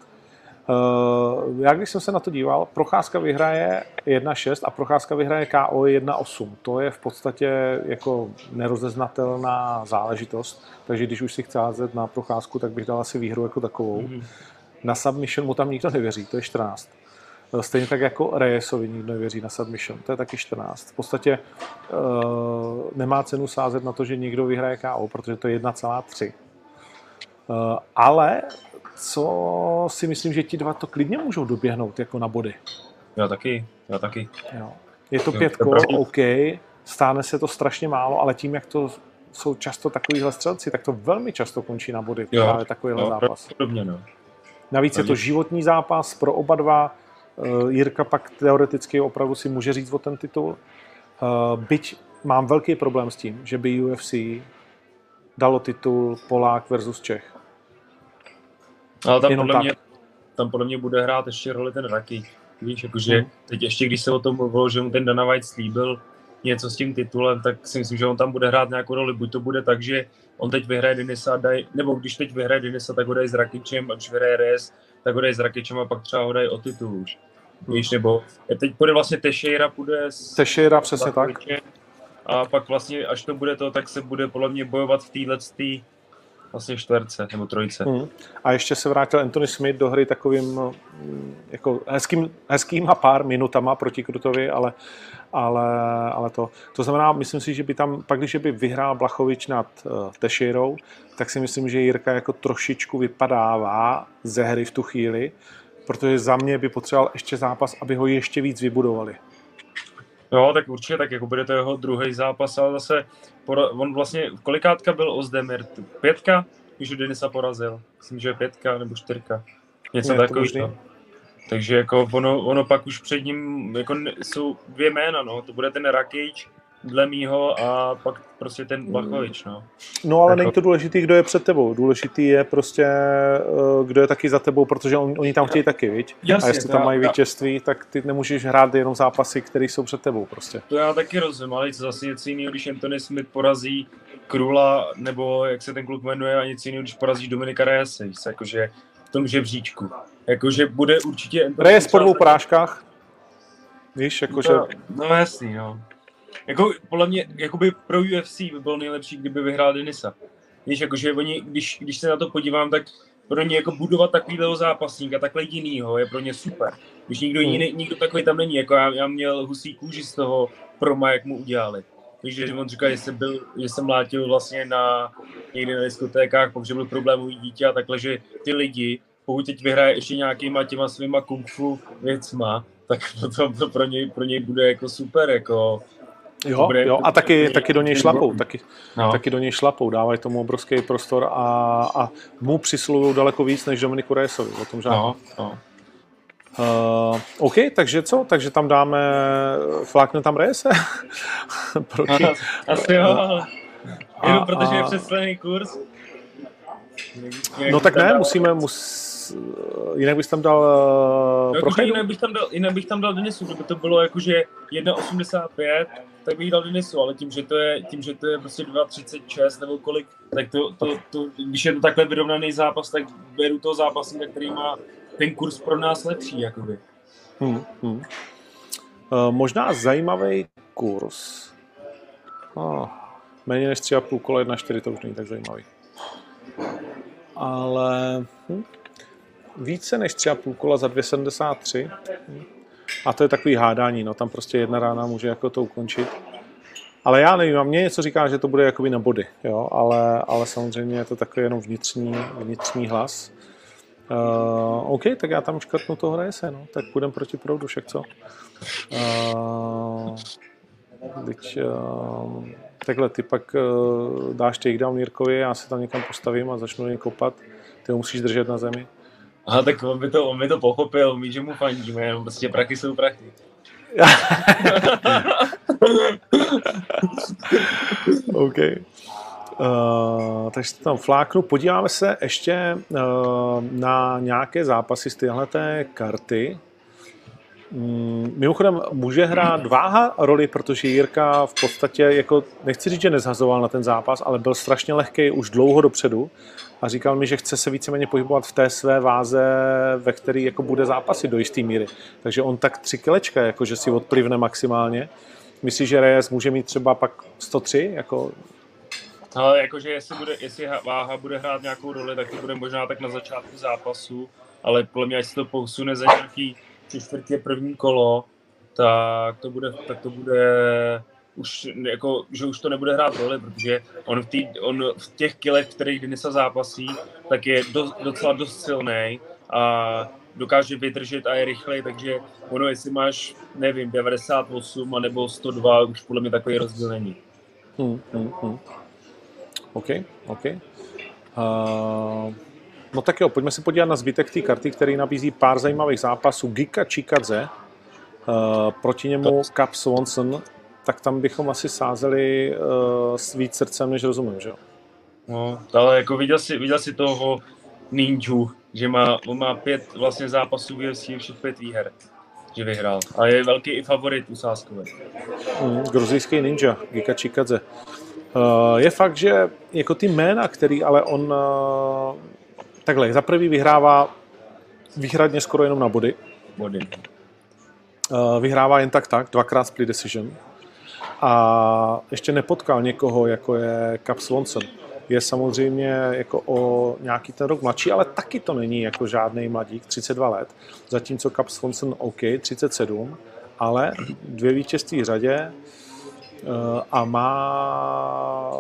Uh, já když jsem se na to díval, Procházka vyhraje jedna šest a Procházka vyhraje K O jedna osm. To je v podstatě jako nerozeznatelná záležitost, takže když už si chci házet na Procházku, tak bych dal asi výhru jako takovou. Mhm. Na submission mu tam nikdo nevěří, to je čtrnáct. Stejně tak jako Reyesovi nikdo nevěří na submission, to je taky čtrnáct. V podstatě uh, nemá cenu sázet na to, že někdo vyhraje K O, protože to je jedna celá tři. Uh, ale co si myslím, že ti dva to klidně můžou doběhnout jako na body. Já taky, já taky. Jo. Je to Jo, pět to je kol, pravda. OK, stáne se to strašně málo, ale tím, jak to jsou často takovýhle střelci, tak to velmi často končí na body, Jo, právě takovýhle jo, zápas. podobně, no. Navíc je to Takže- životní zápas pro oba dva. Uh, Jirka pak teoreticky opravdu si může říct o ten titul. Uh, byť mám velký problém s tím, že by U F C dalo titul Polák versus Čech. Ale tam Jenom podle, tak. mě, tam podle mě bude hrát ještě roli ten Rakic. Víš, jakože Hmm. teď ještě když se o tom mluvilo, že mu ten Dana White slíbil něco s tím titulem, tak si myslím, že on tam bude hrát nějakou roli. Buď to bude tak, že on teď vyhraje Denisa, daj, nebo když teď vyhraje Denisa, tak ho dají s Rakicem, a když vyhraje Reyes, tak ho dají s Rakicem a pak třeba ho dají o titul už. Víš, nebo teď půjde vlastně Teixeira, půjde s Teixeira, přesně tak. Blachowicem a pak vlastně, až to bude to, tak se bude podle mě bojovat v této vlastně čtverce nebo trojce. Hmm. A ještě se vrátil Anthony Smith do hry takovým mm, jako hezkým, hezkýma pár minutama proti Krutovi, ale, ale, ale to, to znamená, myslím si, že by tam, pak když by vyhrál Blachovič nad uh, Teixeirou, tak si myslím, že Jirka jako trošičku vypadává ze hry v tu chvíli, protože za mě by potřeboval ještě zápas, aby ho ještě víc vybudovali. Jo, tak určitě, tak jako bude to jeho druhý zápas, ale zase pora, on vlastně, kolikátka byl Ozdemir? Pětka, když Denisa porazil. Myslím, že je pětka nebo čtyřka. Něco Je to možný. takového. Takže jako ono, ono pak už před ním jako ne- jsou dvě jména, no. To bude ten Rakic, dle mýho, a pak prostě ten Blachovič, no. No ale Jako- není to důležitý, kdo je před tebou. Důležitý je prostě, uh, kdo je taky za tebou, protože on, oni tam chtějí taky, viď? Jasně, A jestli to tam já- mají já- vítězství, tak ty nemůžeš hrát jenom zápasy, které jsou před tebou prostě. To já taky rozumím, ale co zase něco jiného, když Anthony Smith porazí Krula, nebo jak se ten kluk jmenuje, a něco jiného, když porazíš Dominika Reyese, víš, jakože v tom žebříčku. Jakože bude určitě... Anthony Reyes Smith po dvou třeba- porážkách, víš, jakože... No, no jasný, no. Jako, podle mě, jakoby pro U F C by bylo nejlepší, kdyby vyhrál Denisa. Víš, jakože oni, když, když se na to podívám, tak pro ně jako budovat takovýhleho zápasníka, takhle jinýho, je pro ně super. Když nikdo Hmm. jiný, nikdo takový tam není, jako já, já měl husí kůži z toho proma, jak mu udělali. Víš, že on říká, že jsem byl, že jsem mlátil vlastně na někdy na diskotékách, protože byl problémový dítě a takhle, že ty lidi, pokud teď vyhraje ještě nějakýma těma svýma kung fu věcma, tak to, to pro něj, pro něj bude jako super, jako... Jo, bude- jo, a taky, taky do něj šlapou, taky, No. taky do něj šlapou, dávají tomu obrovský prostor a, a mu přisluhují daleko víc než Dominiku Reyesovi, o tom žádný. No, no. Uh, OK, takže co? Takže tam dáme, flákne tam Reyese? Proti... Asi jo, ale jenom A- protože je a- přeslený kurz. No tak ne, musíme, mus, jinak bys tam dal uh, Prochejdu? Jinak bych tam dal, jinak bych tam dal Denisu, kdyby to bylo jakože jedna osmdesát pět, tak bych dal Denisu, ale tím, že to je, tím, že to je prostě dva třicet šest nebo kolik, tak to, to, to, když je to takhle vyrovnaný zápas, tak beru toho zápasníka, který má ten kurz pro nás lepší, jakoby. Hmm, hmm. Uh, možná zajímavý kurz. Oh, méně než tři a půl kola jedna čtyři, to už není tak zajímavý. Ale hm, více než tři a půl kola za dvě sedmdesát tři. Hm. A to je takový hádání, no tam prostě jedna rána může jako to ukončit. Ale já nevím, a mě něco říká, že to bude jakoby na body, jo, ale, ale samozřejmě je to takový jenom vnitřní, vnitřní hlas. Uh, OK, tak já tam škrtnu toho Reyese, no, tak půjdem proti proudu, však co? Uh, teď, uh, takhle, ty pak uh, dáš takedown Jirkovi, já se tam někam postavím a začnu něj kopat, ty ho musíš držet na zemi. Aha, tak on by to, on by to pochopil, my, že mu fandíme, jenom prostě prachy jsou prachy. OK. Uh, takže to tam fláknu. Podíváme se ještě uh, na nějaké zápasy z téhleté karty. Um, mimochodem, může hrát váha roli, protože Jirka v podstatě, jako, nechci říct, že nezhazoval na ten zápas, ale byl strašně lehký už dlouho dopředu a říkal mi, že chce se víceméně pohybovat v té své váze, ve které jako bude zápasy do jisté míry. Takže on tak tři kilečka, jako, že si odplivne maximálně. Myslíš, že Reyes může mít třeba pak sto tři? Jako... Ale jakože jestli, bude, jestli váha bude hrát nějakou roli, tak to bude možná tak na začátku zápasu, ale podle mě, až se to posune za nějaký tři čtvrtě první kolo, tak to bude, tak to bude už, jako, že už to nebude hrát roli, protože on v, tý, on v těch kilech, kterých Denisa zápasí, tak je do, docela dost silný a dokáže vydržet a je rychlej, takže ono, jestli máš, nevím, devadesát osm anebo sto dva, už podle mě takový rozdíl není. Hmm, hmm, hmm. OK, OK. Uh, no tak jo, pojďme se podívat na zbytek té karty, který nabízí pár zajímavých zápasů. Giga Chikadze, uh, proti němu Cap Swanson, tak tam bychom asi sázeli uh, s víc srdcem, než rozumím, že jo? No, ale jako viděl jsi, viděl jsi toho Ninju, že má, on má pět vlastně zápasů v U F C, všech pět výher, že vyhrál. A je velký i favorit u sázkový. Mm, gruzijský ninja, Giga Chikadze. Uh, je fakt, že jako ty jména, který ale on uh, takhle, za prvý vyhrává výhradně skoro jenom na body. Body. Uh, vyhrává jen tak tak, dvakrát split decision. A ještě nepotkal někoho, jako je Cap Swanson. Je samozřejmě jako o nějaký ten rok mladší, ale taky to není jako žádný mladík, třicet dva let. Zatímco Cap Swanson, OK, třicet sedm, ale dvě vítězství v řadě uh, a má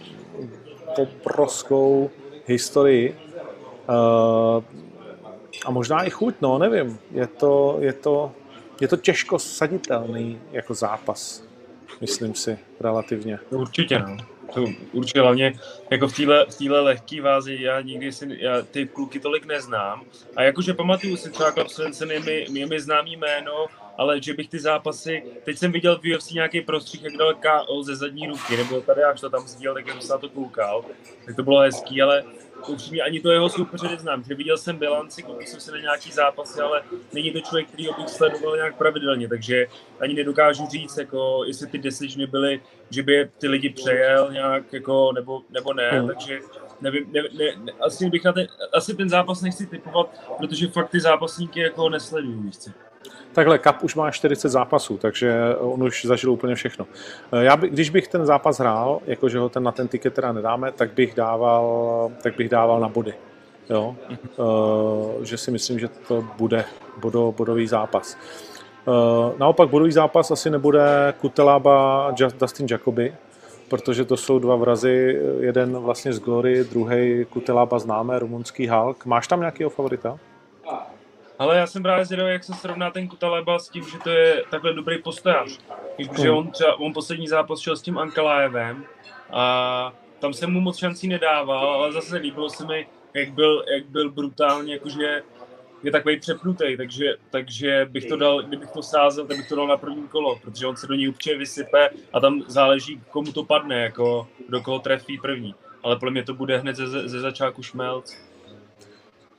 obrovskou historii. Uh, a možná i chuť, no, nevím. Je to, je to, je to těžko saditelný jako zápas, myslím si, relativně. Určitě, no. To určitě hlavně jako v téhle v téhle lehké vázi, já nikdy si, já ty kluky tolik neznám. A jakože pamatuju si třeba Cap Swanson je mi, je mi známý jméno, ale že bych ty zápasy, teď jsem viděl v U F C nějaký prostřih, jak dal K O ze zadní ruky, nebo tady až to tam sdíl, tak jsem se na to koukal, tak to bylo hezký, ale upřímně ani to jeho soupeře neznám, že viděl jsem bilanci, koukal jsem se na nějaký zápasy, ale není to člověk, který bych sledoval nějak pravidelně, takže ani nedokážu říct, jako, jestli ty decisiony byly, že by ty lidi přejel nějak, jako, nebo, nebo ne, hmm. takže nevím, ne, ne, ne, asi, bych na ten, asi ten zápas nechci typovat, protože fakt ty zápasníky jako nesleduju, víš co. Takhle, Cap už má čtyřicet zápasů, takže on už zažil úplně všechno. Já by, když bych ten zápas hrál, jakože ho ten na ten tiket teda nedáme, tak bych dával, tak bych dával na body. Jo? Uh, že si myslím, že to bude bodo, bodový zápas. Uh, naopak bodový zápas asi nebude Kutelaba a Dustin Jacoby, protože to jsou dva vrazy, jeden vlastně z Glory, druhý Kutelaba známé, rumunský Hulk. Máš tam nějakého favorita? Ale já jsem právě zvědavý, jak se srovná ten Kutaleba s tím, že to je takhle dobrý postojář. Protože on, třeba, on poslední zápas šel s tím Ankalaevem a tam jsem mu moc šancí nedával, ale zase líbilo se mi, jak byl, jak byl brutálně, jakože je takový přepnutý, takže, takže bych to dal, kdybych to sázel, tak bych to dal na první kolo, protože on se do ní určitě vysype a tam záleží, komu to padne, jako do koho trefí první. Ale podle mě to bude hned ze, ze začátku šmelc.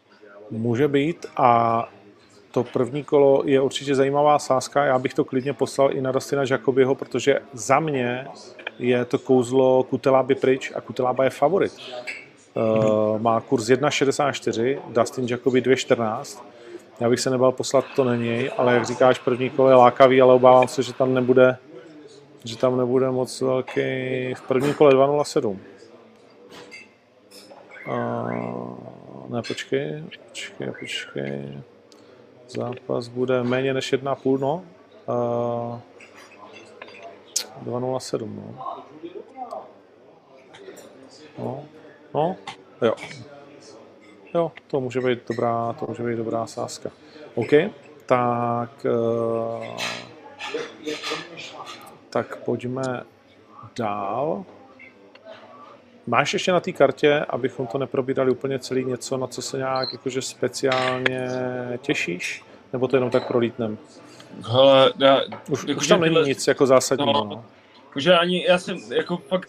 Může být a to první kolo je určitě zajímavá sázka. Já bych to klidně poslal i na Dustina Jacobyho, protože za mě je to kouzlo Kuteláby pryč a Kutelába je favorit. Uh, má kurz jedna šedesát čtyři, Dustin Jacoby dva čtrnáct. Já bych se nebal poslat to na něj, ale jak říkáš, první kolo je lákavý, ale obávám se, že tam nebude, že tam nebude moc velký. V prvním kole dva nula sedm. Uh, ne, počkej, počkej, počkej. Zápas bude méně než jedna půl, no. Uh, dva nula sedm, no. No, no, jo. Jo, to může být dobrá, to může být dobrá sázka. OK, tak, uh, tak pojďme dál. Máš ještě na té kartě, abychom to neprobírali úplně celý, něco, na co se nějak jakože speciálně těšíš? Nebo to jenom tak prolítnem? Hele, já... Už, jako, už tam není tyhle, nic jako zásadního. No, no. Že ani, já jsem jako fakt...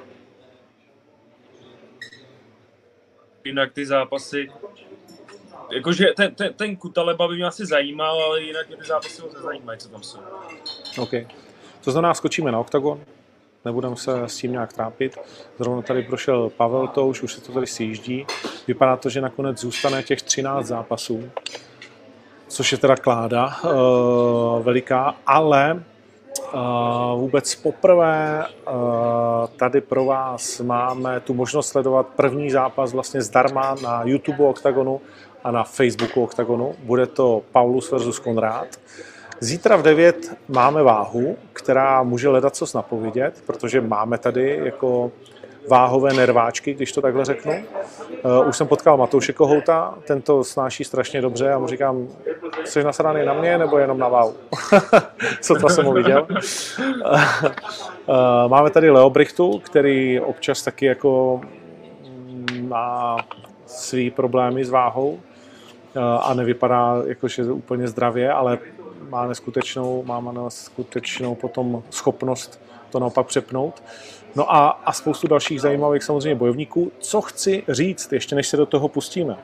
Jinak ty zápasy... Jakože ten, ten, ten Kutaleba by mě asi zajímal, ale jinak ty zápasy moc nezajímají, co tam jsou. OK. To znamená, skočíme na oktagon. Nebudeme se s tím nějak trápit. Zrovna tady prošel Pavel Touš, už se to tady sjíždí. Vypadá to, že nakonec zůstane těch třináct zápasů, což je teda kláda uh, veliká, ale uh, vůbec poprvé uh, tady pro vás máme tu možnost sledovat první zápas vlastně zdarma na YouTube Oktagonu a na Facebooku Oktagonu. Bude to Paulus versus Konrád. Zítra v devět máme váhu, která může ledacos napovědět, protože máme tady jako váhové nerváčky, když to takhle řeknu. Uh, už jsem potkal Matouše Kohouta, ten to snáší strašně dobře. Já mu říkám, jsi nasraný na mě nebo jenom na váhu? Co to jsem ho viděl. Uh, máme tady Leo Brichtu, který občas taky jako má svý problémy s váhou uh, a nevypadá jakože úplně zdravě, ale má neskutečnou, má neskutečnou potom schopnost to naopak přepnout. No a, a spoustu dalších zajímavých samozřejmě bojovníků. Co chci říct, ještě než se do toho pustíme.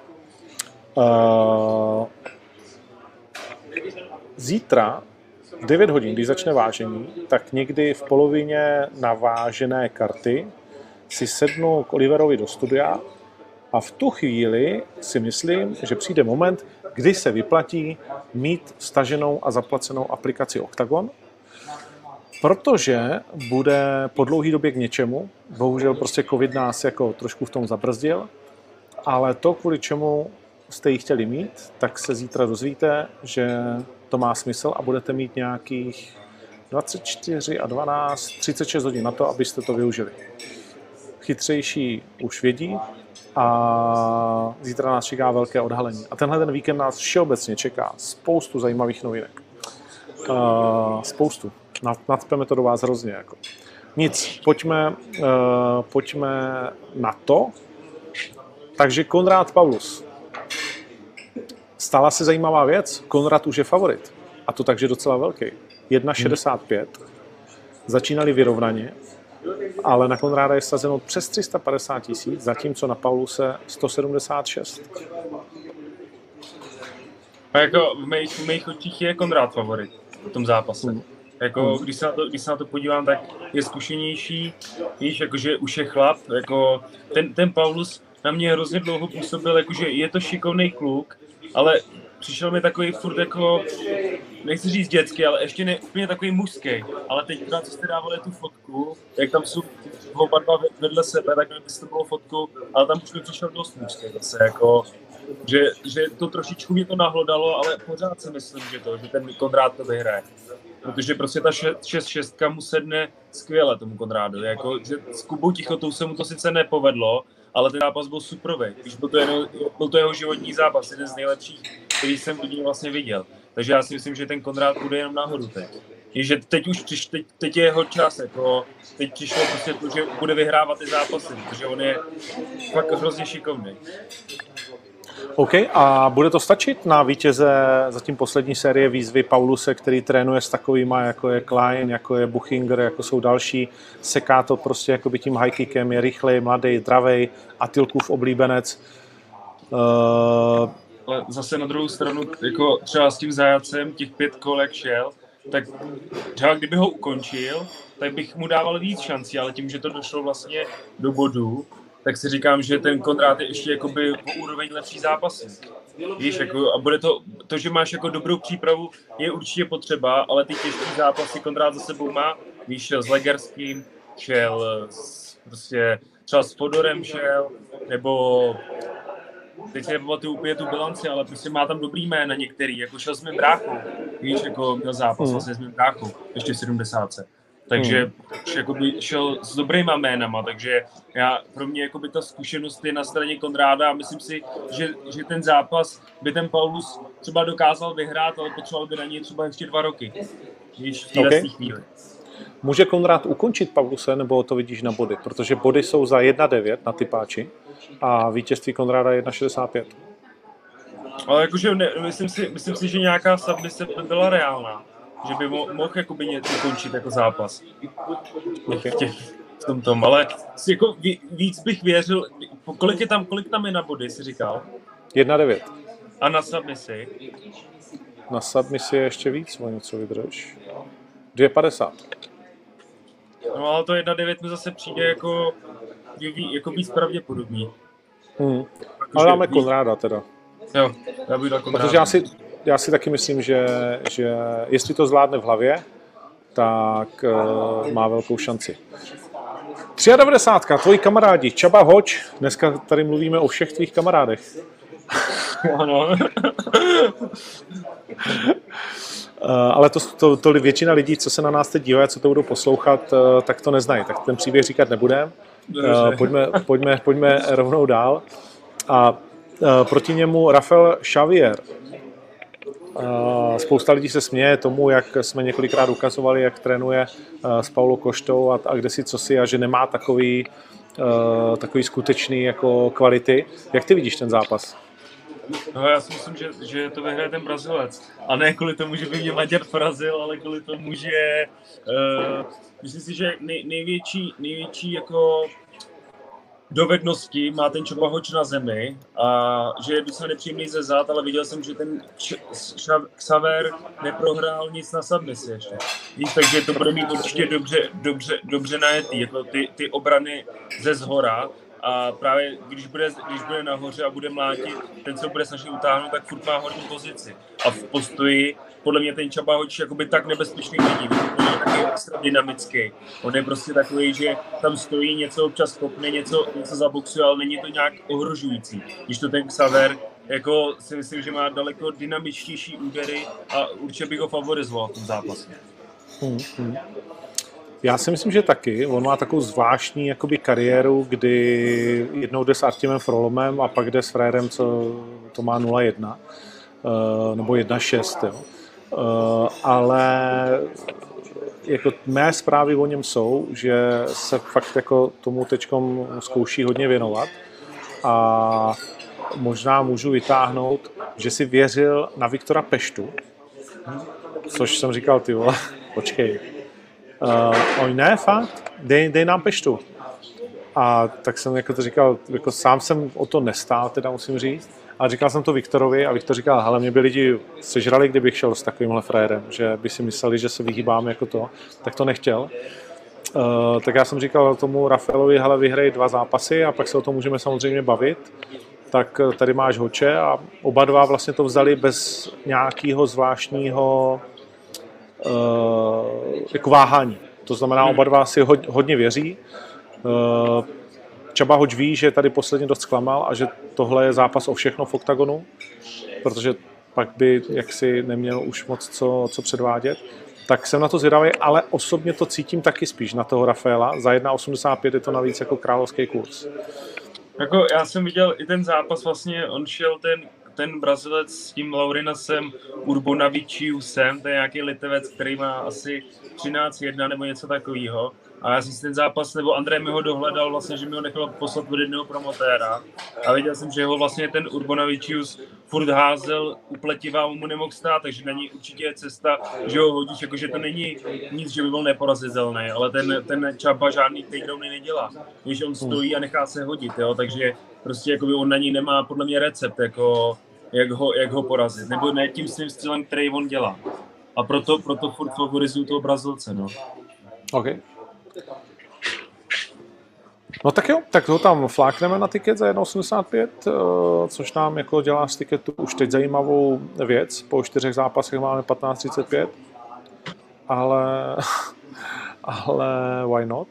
Uh, zítra v devět hodin, když začne vážení, tak někdy v polovině navážené karty si sednu k Oliverovi do studia a v tu chvíli si myslím, že přijde moment, kdy se vyplatí mít staženou a zaplacenou aplikaci Oktagon, protože bude po dlouhé době k něčemu. Bohužel prostě covid nás jako trošku v tom zabrzdil, ale to, kvůli čemu jste ji chtěli mít, tak se zítra dozvíte, že to má smysl a budete mít nějakých dvacet čtyři a dvanáct, třicet šest hodin na to, abyste to využili. Chytřejší už vědí a zítra nás čeká velké odhalení. A tenhle ten víkend nás všeobecně čeká spoustu zajímavých novinek. Uh, spoustu. Nadspeme to do vás hrozně. Jako. Nic, pojďme, uh, pojďme na to. Takže Konrád Paulus. Stala se zajímavá věc. Konrád už je favorit. A to takže docela velký. jedna šedesát pět. Začínali vyrovnaně, ale na Konráda je sazeno přes tři sta padesát tisíc, zatímco na Pauluse sto sedmdesát šest. A jako v mých, v mých očích je Konrád favorit v tom zápase. Hmm. Jako, hmm. když, se na to, když se na to podívám, tak je zkušenější, víš, jakože už je chlap, jako ten, ten Paulus na mě hrozně dlouho působil, jakože je to šikovný kluk, ale přišel mi takový furt jako, nechci říct dětský, ale ještě ne úplně takový mužský. Ale teď, co jste dávali tu fotku, jak tam jsou oba dva vedle sebe, tak by to bylo fotku, ale tam už mi přišel dost mužský zase, jako, že, že to trošičku mě to nahlodalo, ale pořád si myslím, že to, že ten Konrád to vyhraje. Protože prostě ta šest šest mu sedne skvěle tomu Konrádu, jako, že s Kubou Tichotou se mu to sice nepovedlo, ale ten zápas byl superový. Když byl to, jenom, byl to jeho životní zápas, jeden z nejlepších, který jsem od něj vlastně viděl. Takže já si myslím, že ten Konrád bude jenom nahoru teď. Je, že teď už přiš, teď, teď je jeho čas, jako, teď přišlo prostě to, že bude vyhrávat ty zápasy, protože on je fakt hrozně šikovný. OK, a bude to stačit na vítěze zatím poslední série výzvy Pauluse, který trénuje s takovýma, jako je Klein, jako je Buchinger, jako jsou další. Seká to prostě jakoby tím high kickem, je rychlej, mladý, dravej, Atilkův oblíbenec. Uh, ale zase na druhou stranu, jako třeba s tím Zajacem, těch pět kol, jak šel, tak třeba kdyby ho ukončil, tak bych mu dával víc šancí, ale tím, že to došlo vlastně do bodu, tak si říkám, že ten Konrád je ještě jakoby o úroveň lepší zápasník. Víš, jako, a bude to, to, že máš jako dobrou přípravu, je určitě potřeba, ale ty těžké zápasy Konrád za sebou má. Víš, šel s Legerským, šel s, prostě třeba s Fodorem šel, nebo teď si nepamatuju úplně tu bilanci, ale prostě má tam dobrý jména některý, jako šel s mým bráchou, víš, jako měl zápas vlastně s mým bráchou, ještě v sedmdesátce. Takže hmm. jakoby šel s dobrýma jménama, takže já, pro mě jakoby ta zkušenost je na straně Konráda a myslím si, že, že ten zápas by ten Paulus třeba dokázal vyhrát, ale potřeboval by na něj třeba ještě dva roky, víš, v téhle okay. chvíli. Může Konrád ukončit Pauluse, nebo to vidíš na body? Protože body jsou za jedna devět na typáči a vítězství Konráda je jedna šedesát pět. Ale jakože ne, myslím, si, myslím si, že nějaká submise by byla reálná. Že by mo- mohl jakoby něco ukončit jako zápas. Okay. V, těch, v tom tom, ale jako víc bych věřil, kolik je tam, kolik tam je na body, jsi říkal? jedna devět. A na submisi? Na submisi je ještě víc, o něco vydrž. dvě padesát. No ale to jedna devět mi zase přijde jako, jako víc pravděpodobný. Hmm. Ale dáme víc... Konráda teda. Jo, já bych dal Konráda. Protože já si, já si taky myslím, že, že jestli to zvládne v hlavě, tak uh, má velkou šanci. devadesát tři, tvoji kamarádi, Csaba Hoč, dneska tady mluvíme o všech tvých kamarádech. Ano. Uh, ale to, to, to většina lidí, co se na nás teď dívají, co to budou poslouchat, uh, tak to neznají. Tak ten příběh říkat nebudeme. Uh, pojďme, pojďme, pojďme rovnou dál. A uh, proti němu Rafael Xavier. Uh, spousta lidí se směje tomu, jak jsme několikrát ukazovali, jak trénuje uh, s Paulo Koštou a, a kde si co si a že nemá takový, uh, takový skutečný jako kvality. Jak ty vidíš ten zápas? No, já si myslím, že, že to vyhraje ten Brazilec. A ne kvůli tomu, že by mě Maďar porazil, ale kvůli tomu, že uh, myslím si, že nej, největší, největší jako dovednosti má ten Csaba Hoč na zemi a že je docela nepříjemný ze zad, ale viděl jsem, že ten Xaver neprohrál nic na submisi ještě. Víš, takže to bude mít určitě dobře, dobře, dobře najetý, jako ty, ty obrany ze zhora. A právě když bude, když bude nahoře a bude mlátit, ten, co bude snažit utáhnout, tak furt má horní pozici. A v postoji, podle mě ten Csaba Hoč jakoby tak nebezpečný není, on je taky extra dynamický. On je prostě takový, že tam stojí, něco občas kopne, něco, něco zaboxuje, ale není to nějak ohrožující. Když to ten Xaver, jako si myslím, že má daleko dynamičtější údery a určitě bych ho favorizoval v tom zápase. Hmm, hmm. Já si myslím, že taky. On má takovou zvláštní jakoby, kariéru, kdy jednou jde s Artemem Frolomem a pak jde s frérem, co to má nula jedna uh, nebo jedna šest. Jo. Uh, ale jako mé zprávy o něm jsou, že se fakt jako tomu teďkom zkouší hodně věnovat a možná můžu vytáhnout, že si věřil na Viktora Peštu, což jsem říkal, ty vole, počkej. Uh, oj ne, fakt, dej, dej nám Peštu. A tak jsem jako to říkal, jako sám jsem o to nestál, teda musím říct, ale říkal jsem to Viktorovi a Viktor říkal, hele, mě by lidi sežrali, kdybych šel s takovýmhle frérem, že by si mysleli, že se vyhýbám jako to, tak to nechtěl. Uh, tak já jsem říkal tomu Rafaelovi, hele, vyhrej dva zápasy a pak se o tom můžeme samozřejmě bavit. Tak tady máš Hoče a oba dva vlastně to vzali bez nějakého zvláštního Uh, jako váhání. To znamená, oba dva si hodně věří. Uh, Csaba Hoč ví, že tady posledně dost zklamal a že tohle je zápas o všechno v oktagonu, protože pak by jaksi neměl už moc co, co předvádět. Tak jsem na to zvědavý, ale osobně to cítím taky spíš na toho Rafaela. Za jedna osmdesát pět je to navíc jako královský kurz. Jako já jsem viděl i ten zápas, vlastně on šel ten ten Brazilec s tím Laurinasem Urbonavičiusem, to je nějaký Litevec, který má asi třináct jedna nebo něco takového. A já jsem si ten zápas, nebo Andrej mi ho dohledal vlastně, že mi ho nechal poslat od jednoho promotéra. A viděl jsem, že ho vlastně ten Urbonavičius furt házel, upletivá, mu nemohl stát, takže na ní určitě je cesta, že ho hodíš, jakože to není nic, že by byl neporazitelný, ale ten, ten Csaba žádný takedowny nedělá. Když on stojí a nechá se hodit, jo, takže prostě jakoby on na ní nemá podle mě recept, jako jak ho, jak ho porazit, nebo ne tím svým stylem, který on dělá. A proto, proto furt favorizuju toho Brazilce, no. OK. No tak jo, tak ho tam flákneme na tiket za jedna osmdesát pět, což nám jako dělá z tiketu už teď zajímavou věc. Po čtyřech zápasech máme patnáct třicet pět, ale, ale why not?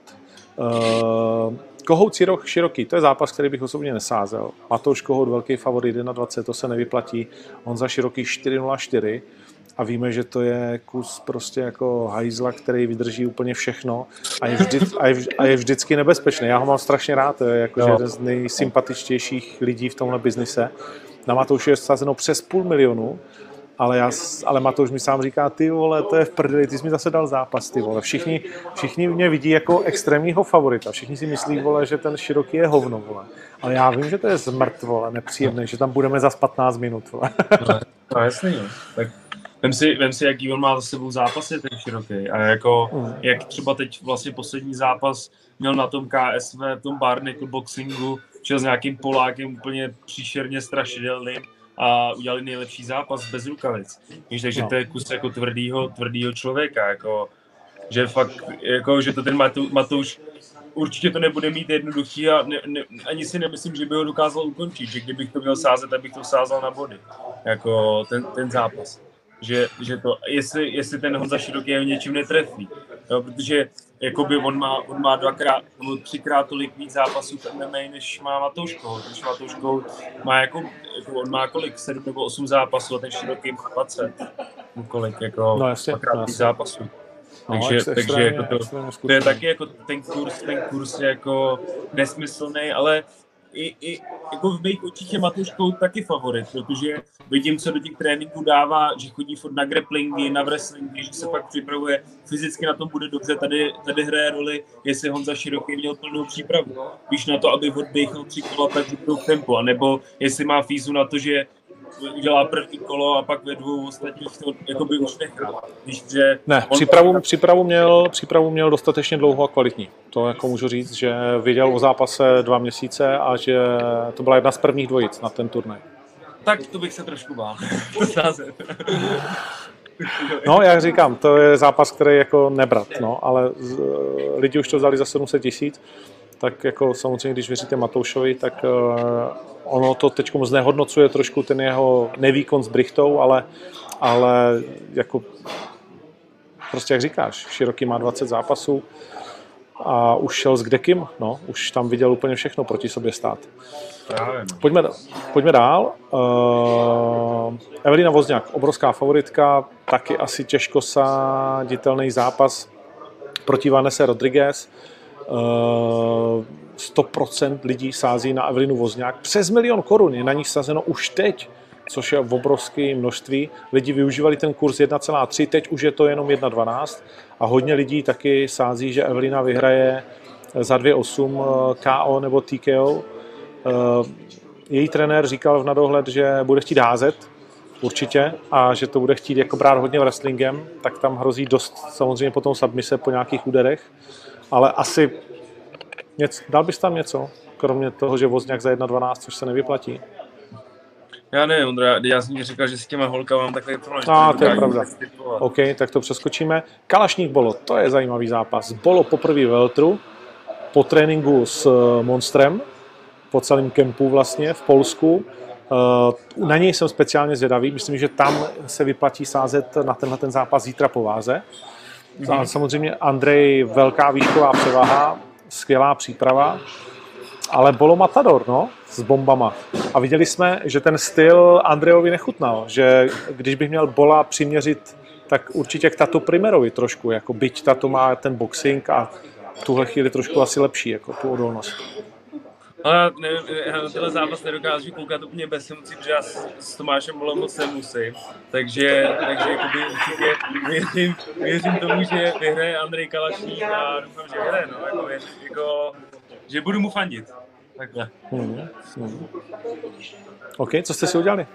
Kohout široký, to je zápas, který bych osobně nesázel. Matouš Kohout, velký favorit jedna dvacet, to se nevyplatí. Honza Široký čtyři nula čtyři. A víme, že to je kus prostě jako hajzla, který vydrží úplně všechno a je, vždy, a je, a je vždycky nebezpečný. Já ho mám strašně rád, to je jako jeden z nejsympatičtějších lidí v tomhle biznise. Na Matouši je sázeno přes půl milionu, ale, já, ale Matouš mi sám říká, ty vole, to je v prdeli, ty jsi mi zase dal zápas, ty vole. Všichni, všichni mě vidí jako extrémního favorita, všichni si myslí, vole, že ten Široký je hovno, vole. Ale já vím, že to je zmrt, vole, nepříjemné, že tam budeme za patnáct minut, vole. No, no jasný, jo. Tak vem si, vem si, jaký on má za sebou zápasy, ten Široký. A jako, mm. jak třeba teď vlastně poslední zápas měl na tom K S V, v tom Barnacle boxingu, šel s nějakým Polákem úplně příšerně strašidelným a udělali nejlepší zápas bez rukavic. Víš, takže no. To je kus jako tvrdýho, tvrdýho člověka, jako, že fakt, jako, že to ten Matou, Matouš určitě to nebude mít jednoduchý a ne, ne, ani si nemyslím, že by ho dokázal ukončit, že kdybych to měl sázet, tak bych to sázal na body, jako ten, ten zápas. Že, že to, jestli, jestli ten Honza Široký ho něčím netrefí, jo, protože jakoby on má, on má dvakrát nebo třikrát tolik víc zápasů v M M A, než má Matouš Kohout. Když Matouš Kohout má jako, jako, on má kolik, sedm nebo osm zápasů a ten Široký má dvacet, kolik, jako no, jasně, dvakrát víc zápasů. No, takže extra, takže jako to, to je taky jako ten kurz, ten kurz je jako nesmyslný, ale i, i jako v mých očích je Matouš Kohout taky favorit, protože vidím, co do těch tréninků dává, že chodí furt na grapplingy, na wrestlingy, že se pak připravuje, fyzicky na tom bude dobře, tady, tady hraje roli, jestli Honza Široký měl plnou přípravu. Víš, na to, aby oddechnul tři kola, tak budou v tempu, anebo jestli má fízu na to, že udělá první kolo a pak ve dvou ostatních to jakoby už nechá. Víš, že ne, on... přípravu, přípravu, měl, přípravu měl dostatečně dlouho a kvalitní. To jako můžu říct, že věděl o zápase dva měsíce a že to byla jedna z prvních dvojic na ten turnaj. Tak to bych se trošku bál. No, jak říkám, to je zápas, který jako nebrat, no, ale z, lidi už to vzali za sedm set tisíc, tak jako samozřejmě, když věříte Matoušovi, tak uh, ono to teď znehodnocuje trošku ten jeho nevýkon s Brichtou, ale, ale jako prostě jak říkáš, Široký má dvacet zápasů a už šel s kdekým, no, už tam viděl úplně všechno proti sobě stát. Pojďme, pojďme dál. Uh, Evelina Wozniak, obrovská favoritka, taky asi těžko saditelný zápas proti Vanesse Rodriguez. Uh, sto procent lidí sází na Evelinu Wozniak. Přes milion korun je na nich sazeno už teď, což je v obrovské množství. Lidi využívali ten kurz jedna celá tři, teď už je to jenom jedna dvanáct a hodně lidí taky sází, že Evelina vyhraje za dvě osm K O nebo T K O. Její trenér říkal v nadohled, že bude chtít házet, určitě, a že to bude chtít jako brát hodně wrestlingem, tak tam hrozí dost samozřejmě potom submise po nějakých úderech, ale asi něco, dal bys tam něco, kromě toho, že Wozniak za jedna dvanáct, což se nevyplatí? Já ne, Ondra, já jsem ti říkal, že s těma holkama mám takový problém. A, to je pravda. OK, tak to přeskočíme. Kalašník Bolo, to je zajímavý zápas. Bolo poprvé ve welteru, po tréninku s Monstrem, po celém kempu vlastně v Polsku. Na něj jsem speciálně zvědavý. Myslím, že tam se vyplatí sázet na tenhle ten zápas zítra po váze. Mm-hmm. Samozřejmě Andrej, velká výšková převaha, skvělá příprava, ale Bolo matador, no, s bombama. A viděli jsme, že ten styl Andrejovi nechutnal, že když bych měl Bola přiměřit, tak určitě k Tatu Primerovi trošku, jako byť Tato má ten boxing a v tuhle chvíli trošku asi lepší, jako tu odolnost. Ale nevím, já na tenhle zápas nedokážu koukat úplně bez emocí, protože já s, s Tomášem Bolem moc nemusím, takže, takže jakoby určitě věřím, věřím tomu, že vyhraje Andrej Kalašník a doufám, že vyhraje, no, jako, jako, že budu mu fandit, takhle. Hmm. Hmm. OK, co jste si udělali?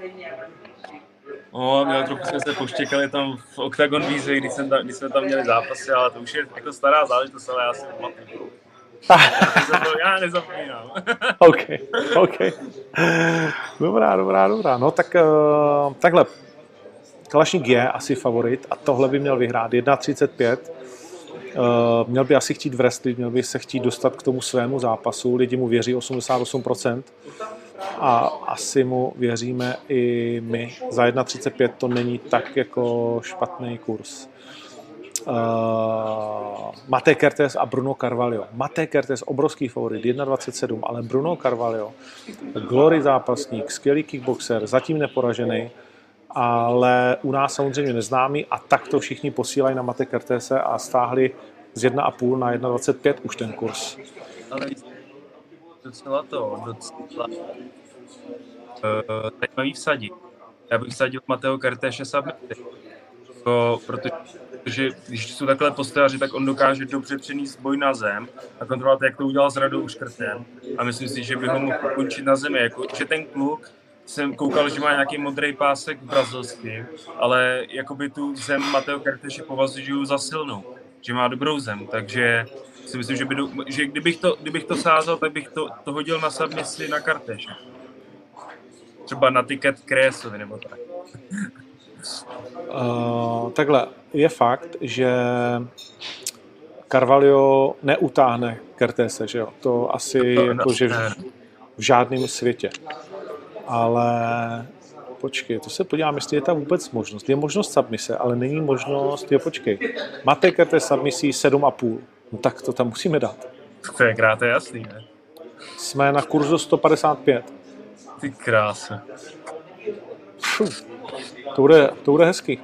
No, měl trochu jsme se poštěkali tam v Octagon výzvě, když, jsem tam, když jsme tam měli zápasy, ale to už je jako stará záležitost, ale já si pamatuju. Já nezapomínám. OK, OK. Dobrá, dobrá, dobrá. No tak uh, takhle. Kalašník je asi favorit a tohle by měl vyhrát jedna třicet pět. Uh, měl by asi chtít wrestlit, měl by se chtít dostat k tomu svému zápasu. Lidi mu věří osmdesát osm procent a asi mu věříme i my. Za jedna třicet pět to není tak jako špatný kurz. Uh, Matej Kertész a Bruno Carvalho. Matej Kertész obrovský favorit, jedna dvacet sedm, ale Bruno Carvalho, glory zápasník, skvělý kickboxer, zatím neporažený, ale u nás samozřejmě neznámý a tak to všichni posílají na Matej Kertésze a stáhli z jedna a půl na jedna dvacet pět už ten kurz. Ale docela to, docela uh, zajímavý vsadit. Já bych vsadil Mateo Kertésze submity. Protože když jsou takhle postojaři, tak on dokáže dobře přenést boj na zem a kontrolovat, jak to udělal s Radou Škrtem. A myslím si, že by ho mohl ukončit na zemi. Jako, že ten kluk, jsem koukal, že má nějaký modrý pásek v brazilském, ale jakoby tu zem Mateo Kertésze považuji za silnou, že má dobrou zem, takže si myslím, že, by do, že kdybych, to, kdybych to sázel, tak bych to, to hodil na submisi na Kertésze. Třeba na tiket Kresovi nebo tak. Uh, takhle, je fakt, že Carvalho neutáhne Kertésze, že jo? To asi To jako, že v, v žádném světě. Ale počkej, to se podívám, jestli je tam vůbec možnost. Je možnost submise, ale není možnost, jo počkej. Matej Kertész submisí sedm a půl. No tak to tam musíme dát. To je krát, to je jasný, ne? Jsme na kurzu sto padesát pět. Ty krása. Fuh, to bude, to bude hezký.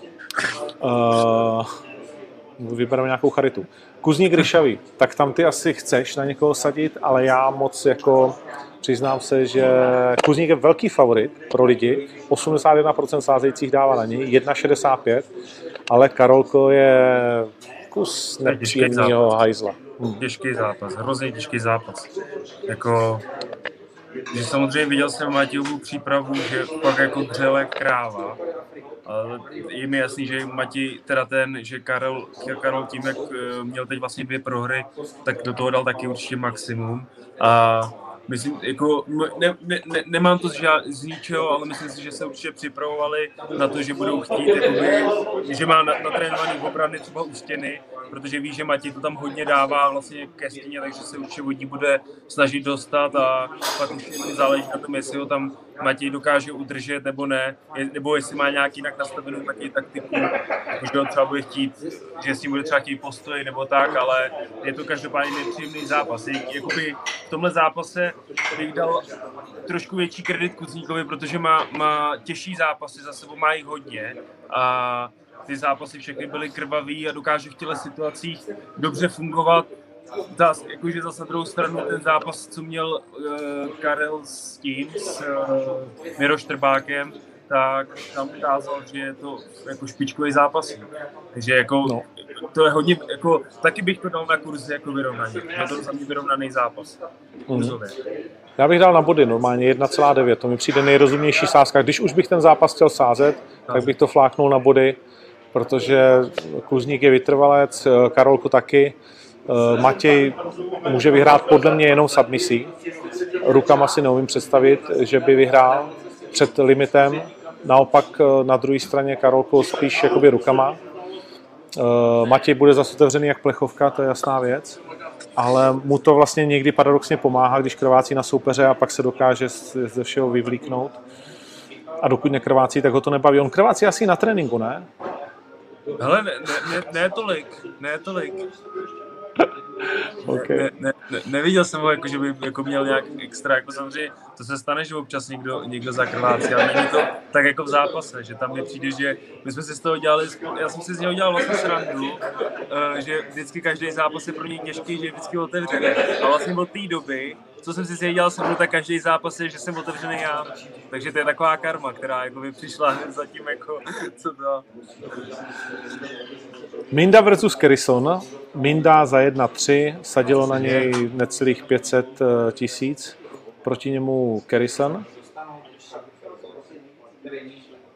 Uh, vybereme nějakou charitu. Kuzník Ryšavý, tak tam ty asi chceš na někoho sadit, ale já moc jako přiznám se, že Kuzník je velký favorit pro lidi, osmdesát jedna procent sázejících dává na něj, jedna šedesát pět, ale Karolko je kus nepříjemného hajzla. Hmm. Těžký zápas, hrozně těžký zápas. Jako, že samozřejmě viděl jsem Matějovu přípravu, že pak jako dřel jak kráva. Ale je mi jasný, že Matěj, teda ten, že Karol, Karol tím, jak měl teď vlastně dvě prohry, tak do toho dal taky určitě maximum. A myslím, jako, ne, ne, ne, nemám to z, žád, z ničeho, ale myslím si, že se určitě připravovali na to, že budou chtít, jakoby, že má natrénovaný obrany třeba u stěny, protože ví, že Matěj to tam hodně dává vlastně ke stěně, takže se určitě od ní bude snažit dostat a pak už záleží na tom, jestli ho tam Matěj dokáže udržet nebo ne, nebo jestli má nějak jinak nastavenou taky taktiku, protože on třeba bude chtít, že s tím bude třeba chtít postoj nebo tak, ale je to každopádně nepříjemný zápas. Jakoby v tomhle zápase bych dal trošku větší kredit Kuzníkovi, protože má, má těžší zápasy, za sebou má jich hodně a ty zápasy všechny byly krvavý a dokáže v těchto situacích dobře fungovat. Zas, jakože zase na druhou stranu ten zápas, co měl uh, Karel s tím, s uh, Miro Štrbákem, tak tam ukázal, že je to jako špičkový zápas. Takže jako, no. To je hodně, jako, taky bych to dal na kurzy jako vyrovnaný. Je to za mě vyrovnaný zápas. Mm. Já bych dal na body normálně jedna celá devět, to mi přijde nejrozumnější sázka. Když už bych ten zápas chtěl sázet, tak bych to fláknul na body, protože Kuzník je vytrvalec, Karolko taky. Matěj může vyhrát podle mě jenom submisí. Rukama si neumím představit, že by vyhrál před limitem. Naopak na druhé straně Karolko spíš jakoby rukama. Matěj bude zase otevřený jak plechovka, to je jasná věc. Ale mu to vlastně někdy paradoxně pomáhá, když krvácí na soupeře a pak se dokáže ze všeho vyvlíknout. A dokud nekrvácí, tak ho to nebaví. On krvácí asi na tréninku, ne? Hele, ne, ne, ne tolik, ne tolik. Okay. Ne, ne, ne, neviděl jsem ho, jako, že by jako měl nějak extra, jako samozřejmě to se stane, že občas někdo, někdo zakrvácí, ale není to tak jako v zápase, že tam mi přijde, že my jsme si z toho dělali, já jsem si z něho dělal vlastně srandu, uh, že vždycky každý zápas je pro něj těžký, že je vždycky otevřený. A vlastně od té doby, co jsem si z něj dělal srandu, tak každý zápas je, že jsem otevřený já. Takže to je taková karma, která jako by přišla zatím jako, co to. Minda versus Kerrison. Minda za jedna tři, sadilo na něj necelých pět set tisíc, proti němu Kerrison.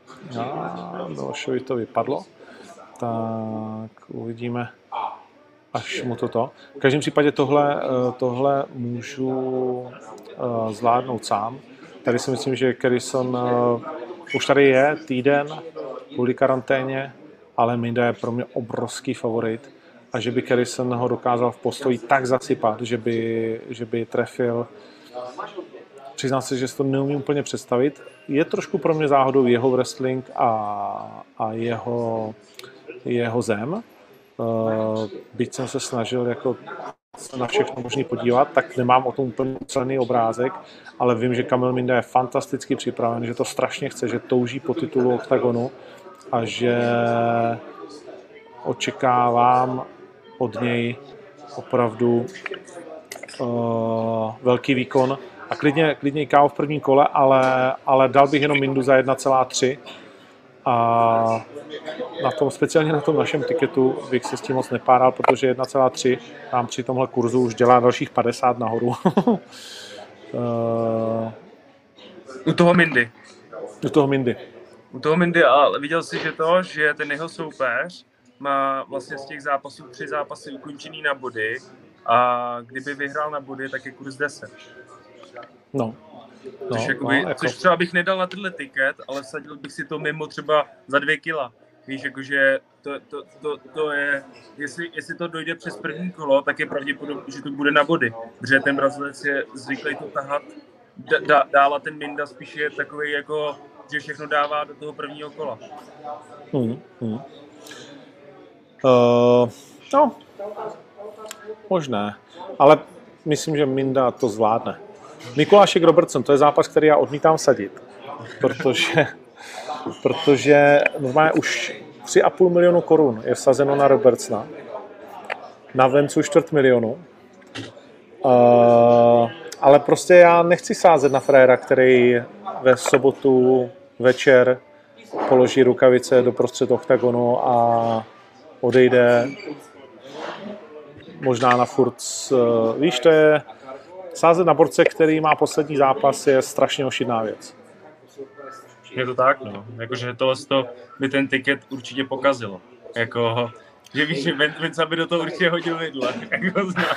A Milošovi to vypadlo. Tak uvidíme, až mu toto. V každém případě tohle, tohle můžu zvládnout sám. Tady si myslím, že Carrison už tady je týden kvůli karanténě, ale Minda je pro mě obrovský favorit a že by Carrison ho dokázal v postoji tak zasypat, že by, že by trefil. Přiznám se, že si to neumím úplně představit. Je trošku pro mě záhodou jeho wrestling a, a jeho, jeho zem. Uh, byť jsem se snažil jako se na všechno možný podívat, tak nemám o tom úplně celý obrázek, ale vím, že Kamil Minda je fantasticky připraven, že to strašně chce, že touží po titulu Oktagonu a že očekávám od něj opravdu uh, velký výkon a klidně, klidně i ká ó v prvním kole, ale, ale dal bych jenom Mindu za jedna celá tři a na tom, speciálně na tom našem tiketu bych se s tím moc nepáral, protože jedna celá tři nám při tomhle kurzu už dělá dalších padesát nahoru. uh, U toho Mindy. U toho Mindy. U toho Mindy, ale viděl jsi, že to, že ten jeho soupeř má vlastně z těch zápasů tři zápasy ukončený na body a kdyby vyhrál na body, tak je kurz deset. No. No, což, jakoby, no, jako... což třeba bych nedal na tenhle tiket, ale vsadil bych si to mimo třeba za dvě kila. Víš, jakože to, to, to, to je, jestli, jestli to dojde přes první kolo, tak je pravděpodobné, že to bude na body. Protože ten Brazilec je zvyklý to tahat d- dál a ten Minda spíš je takový jako, že všechno dává do toho prvního kola. Hmm, hmm. Uh, no, možné, ale myslím, že Minda to zvládne. Mikulášek Robertson, to je zápas, který já odmítám sadit, protože, protože normálně už tři a půl milionu korun je vsazeno na Robertsona, na Vencu čtvrt milionu, uh, ale prostě já nechci sázet na frajera, který ve sobotu večer položí rukavice do prostřed oktagonu a odejde možná na furt, uh, víš, to je sázet na borce, který má poslední zápas, je strašně ošidná věc. Je to tak, no. Jakože tohle by ten tiket určitě pokazilo. Jako, že víš, že Vince by do toho určitě hodil vidle. Jako znám.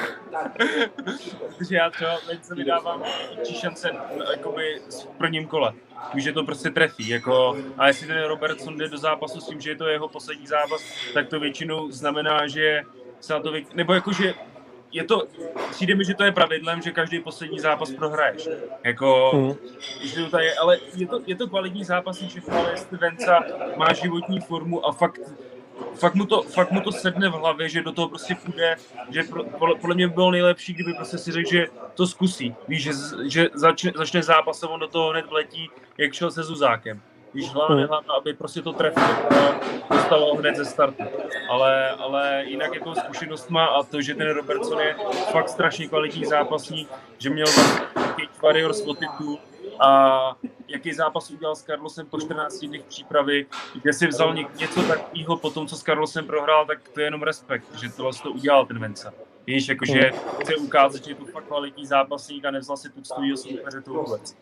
Protože já třeba Vince vydávám větší šance jakoby v prvním kole. Víš, že to prostě trefí. Jako, a jestli ten Robertson jde do zápasu s tím, že je to jeho poslední zápas, tak to většinou znamená, že se na to vy... Nebo jakože je to, přijde mi, že to je pravidlem, že každý poslední zápas prohraješ. Jako, mm. že to tady, ale je to, je to kvalitní zápasní všechno, ale jestli Venca má životní formu a fakt, fakt, mu to, fakt mu to sedne v hlavě, že do toho prostě půjde, že pro, podle mě by bylo nejlepší, kdyby prostě si řekl, že to zkusí. Víš, že, že začne, začne zápas a on do toho hned vletí, jak šel se Zuzákem. Víš, hlavně, hlavně, aby prostě to trefilo, dostalo hned ze startu. Ale, ale jinak jako zkušenost má a to, že ten Robertson je fakt strašně kvalitní zápasník, že měl takový warrior spotitu a jaký zápas udělal s Carlosem po čtrnácti dnech přípravy, kde si vzal něco takového po tom, co s Carlosem prohrál, tak to je jenom respekt, že tohle to udělal ten Venca. Víš, jakože chce ukázat, že je to fakt kvalitní zápasník a nevzal si tu svýho soupeře to vůbec.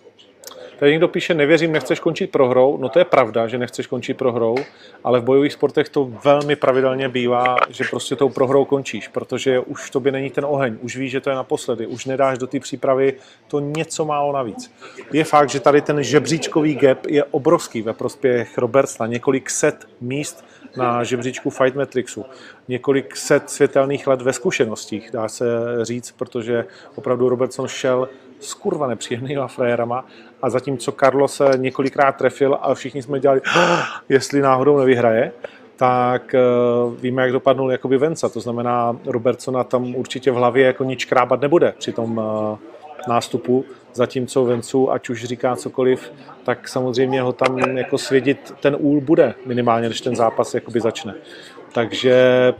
Tady někdo píše, nevěřím, nechceš končit prohrou. No to je pravda, že nechceš končit prohrou, ale v bojových sportech to velmi pravidelně bývá, že prostě tou prohrou končíš, protože už v tobě není ten oheň, už víš, že to je naposledy, už nedáš do té přípravy to něco málo navíc. Je fakt, že tady ten žebříčkový gap je obrovský ve prospěch Robertsona, několik set míst na žebříčku Fight Matrixu, několik set světelných let ve zkušenostích, dá se říct, protože opravdu Robertson šel s kurva nepříjemnýma frajerama a zatímco Carlos se několikrát trefil a všichni jsme dělali, jestli náhodou nevyhraje, tak uh, víme, jak dopadnul jakoby Venca, to znamená Robertsona tam určitě v hlavě jako nič krábat nebude při tom uh, nástupu, zatímco Vencu, ať už říká cokoliv, tak samozřejmě ho tam jako svědit ten úl bude minimálně, když ten zápas jakoby začne. Takže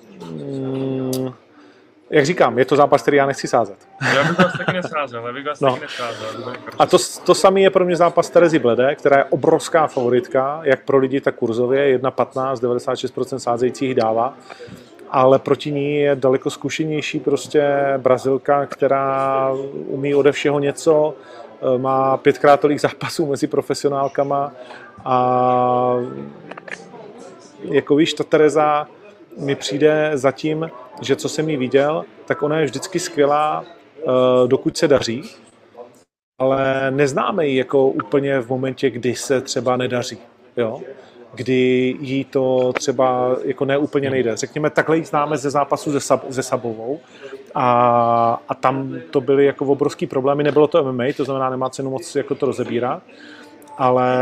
mm, jak říkám, je to zápas, který já nechci sázet. Já bych vás taky nesázel, já bych vás no. taky nesázel. A to, to samé je pro mě zápas Terezy Bledé, která je obrovská favoritka, jak pro lidi, tak kurzově, jedna patnáct, devadesát šest procent sázejících dává, ale proti ní je daleko zkušenější prostě Brazilka, která umí ode všeho něco, má pětkrát tolik zápasů mezi profesionálkama a jako víš, ta Tereza mi přijde zatím že co jsem jí viděl, tak ona je vždycky skvělá, uh, dokud se daří, ale neznáme ji jako úplně v momentě, kdy se třeba nedaří, jo? Kdy jí to třeba jako neúplně nejde. Řekněme, takhle ji známe ze zápasu se, Sab- se Sabovou a, a tam to byly jako obrovský problémy, nebylo to M M A, to znamená, nemá cenu moc jako to rozebírat, ale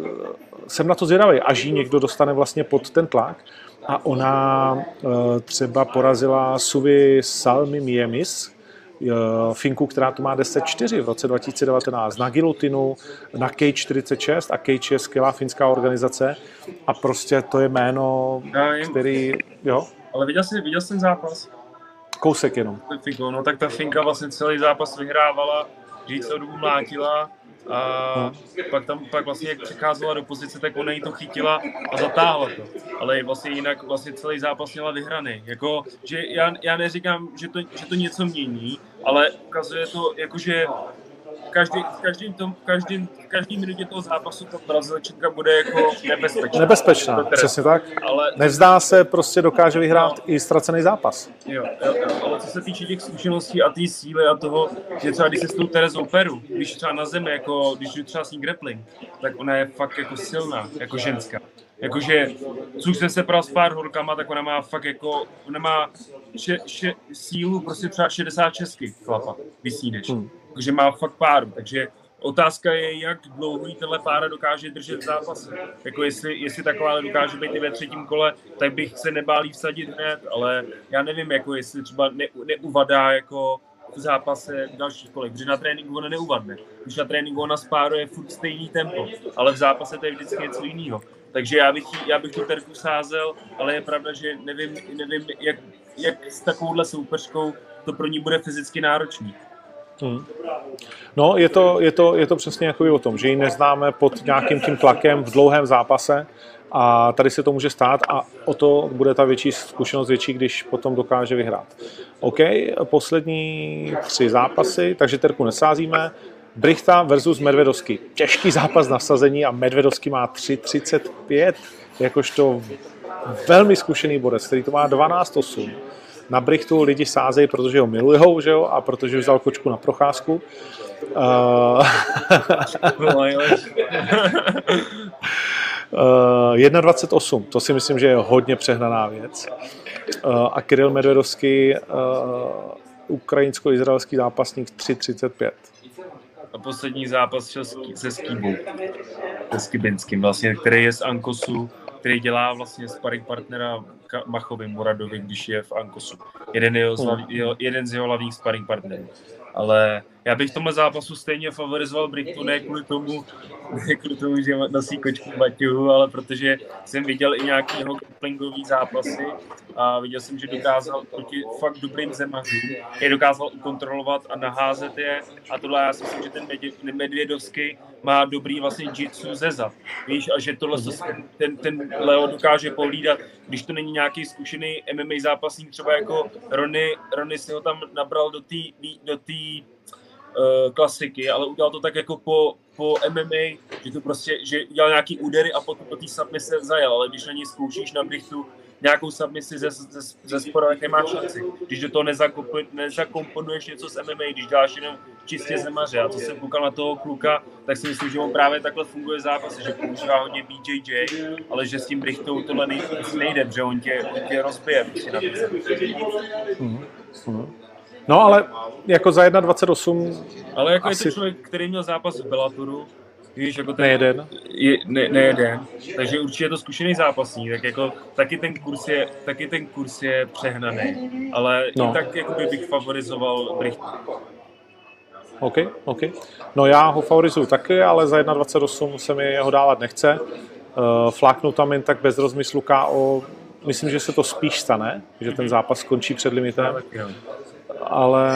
jsem na to zvědavý, až jí někdo dostane vlastně pod ten tlak a ona třeba porazila Suvi Salmi-Miemis, Finku, která to má deset čtyři v roce dva tisíce devatenáct na gilotinu, na Cage čtyřicet šest a Cage je skvělá finská organizace a prostě to je jméno, který, jo. Ale viděl jsi, viděl jsi ten zápas? Kousek jenom. Finko, no tak ta Finka vlastně celý zápas vyhrávala, že jí celou dobu mlátila a no. pak tam pak vlastně jak přicházela do pozice, tak ona jí to chytila a zatáhla to. Ale vlastně jinak vlastně celý zápas měla vyhraný. Jako, že já, já neříkám, že to, že to něco mění, ale ukazuje to, jakože každý, v každým tom, v každým, v každý minutě toho zápasu ta Brazilčanka bude jako nebezpečná. Nebezpečná, přesně tak. Ale nevzdá se, prostě dokáže vyhrát no. i ztracený zápas. Jo, jo, jo, ale co se týče těch zkušeností a té síly a toho, že třeba když se s tou Terezou peru, když třeba na zemi, jako když jdu třeba s ní grappling, tak ona je fakt jako silná, jako ženská. Jakože, co už jsem se pral s pár holkama, tak ona má fakt jako, ona má še, še, sílu prostě třeba šedesát šest chlapa, vysídeš. Hmm. Takže má fakt páru, takže otázka je, jak dlouho jí tenhle pára dokáže držet v zápase. Jako jestli, jestli taková dokáže být i ve třetím kole, tak bych se nebál jí vsadit hned, ale já nevím, jako jestli třeba ne, neuvadá jako v zápase v dalších kolech, protože na tréninku ona neuvadne. Když na tréninku ona spáruje furt stejný tempo, ale v zápase to je vždycky něco jiného. Takže já bych, já bych tu Terku sázel, ale je pravda, že nevím, nevím jak, jak s takovouhle soupeřkou to pro ní bude fyzicky náročný. Hmm. No, je to, je, to, je to přesně jako o tom, že ji neznáme pod nějakým tím tlakem v dlouhém zápase a tady se to může stát a o to bude ta větší zkušenost větší, když potom dokáže vyhrát. OK, poslední tři zápasy, takže Terku nesázíme. Brichta versus Medvedovský. Těžký zápas na vsazení a Medvedovský má tři třicet pět, jakožto velmi zkušený borec, který to má dvanáct osm. Na Brichtu lidi sázejí, protože ho milujou, že jo, a protože vzal kočku na procházku. Uh... jedna dvacet osm, to si myslím, že je hodně přehnaná věc. Uh, a Kiril Medvedovský, uh, ukrajinsko-izraelský zápasník tři třicet pět. A poslední zápas šel se Skýbou, se Skybinským, vlastně, který je z Ankosu, který dělá vlastně sparring partnera Machovi Muradovi, když je v Ankosu. Jeden, jeho, jeho, jeden z jeho hlavních sparring partnerů. Ale já bych v tomhle zápasu stejně favorizoval Brichtu, ne kvůli tomu, ne kvůli tomu, že nosí kočku baťuhu, ale protože jsem viděl i nějaký jeho grapplingový zápasy a viděl jsem, že dokázal proti fakt dobrým zemařům, je dokázal ukontrolovat a naházet je a tohle já si myslím, že ten Medvědovský má dobrý vlastně jitsu ze zad, víš, a že tohle ten, ten Leo dokáže pohlídat, když to není nějaký zkušený M M A zápasník, třeba jako Ronny, Ronny si ho tam nabral do té do té uh, klasiky, ale udělal to tak jako po, po M M A, že to prostě, že udělal nějaký údery a potom do té submise zajel, ale když na něj zkoušíš na Brichtu nějakou submisi ze, ze, ze spora, tak nemáš šanci. Když do toho nezakomponuješ něco z M M A, když děláš jenom čistě zemaře. A co jsem koukal na toho kluka, tak si myslím, že on právě takhle funguje v zápase, že používá hodně B J J, ale že s tím Brichtou tohle nejde, že on tě, on tě rozbije. Mm-hmm. No ale jako za jedna dvacet osm... Ale jako asi... je to člověk, který měl zápas v Bellatoru, víš, jako ten, nejeden. Je, ne, nejeden. Takže určitě je to zkušený zápasník, tak jako taky ten kurz je, taky ten kurz je přehnaný, ale no. I tak jakoby bych favorizoval Brichtu. OK, OK. No já ho favorizuju taky, ale za jedna dvacet osm se mi ho dávat nechce. Uh, fláknu tam jen tak bez rozmyslu K O. Myslím, že se to spíš stane, že ten zápas skončí před limitem. Ale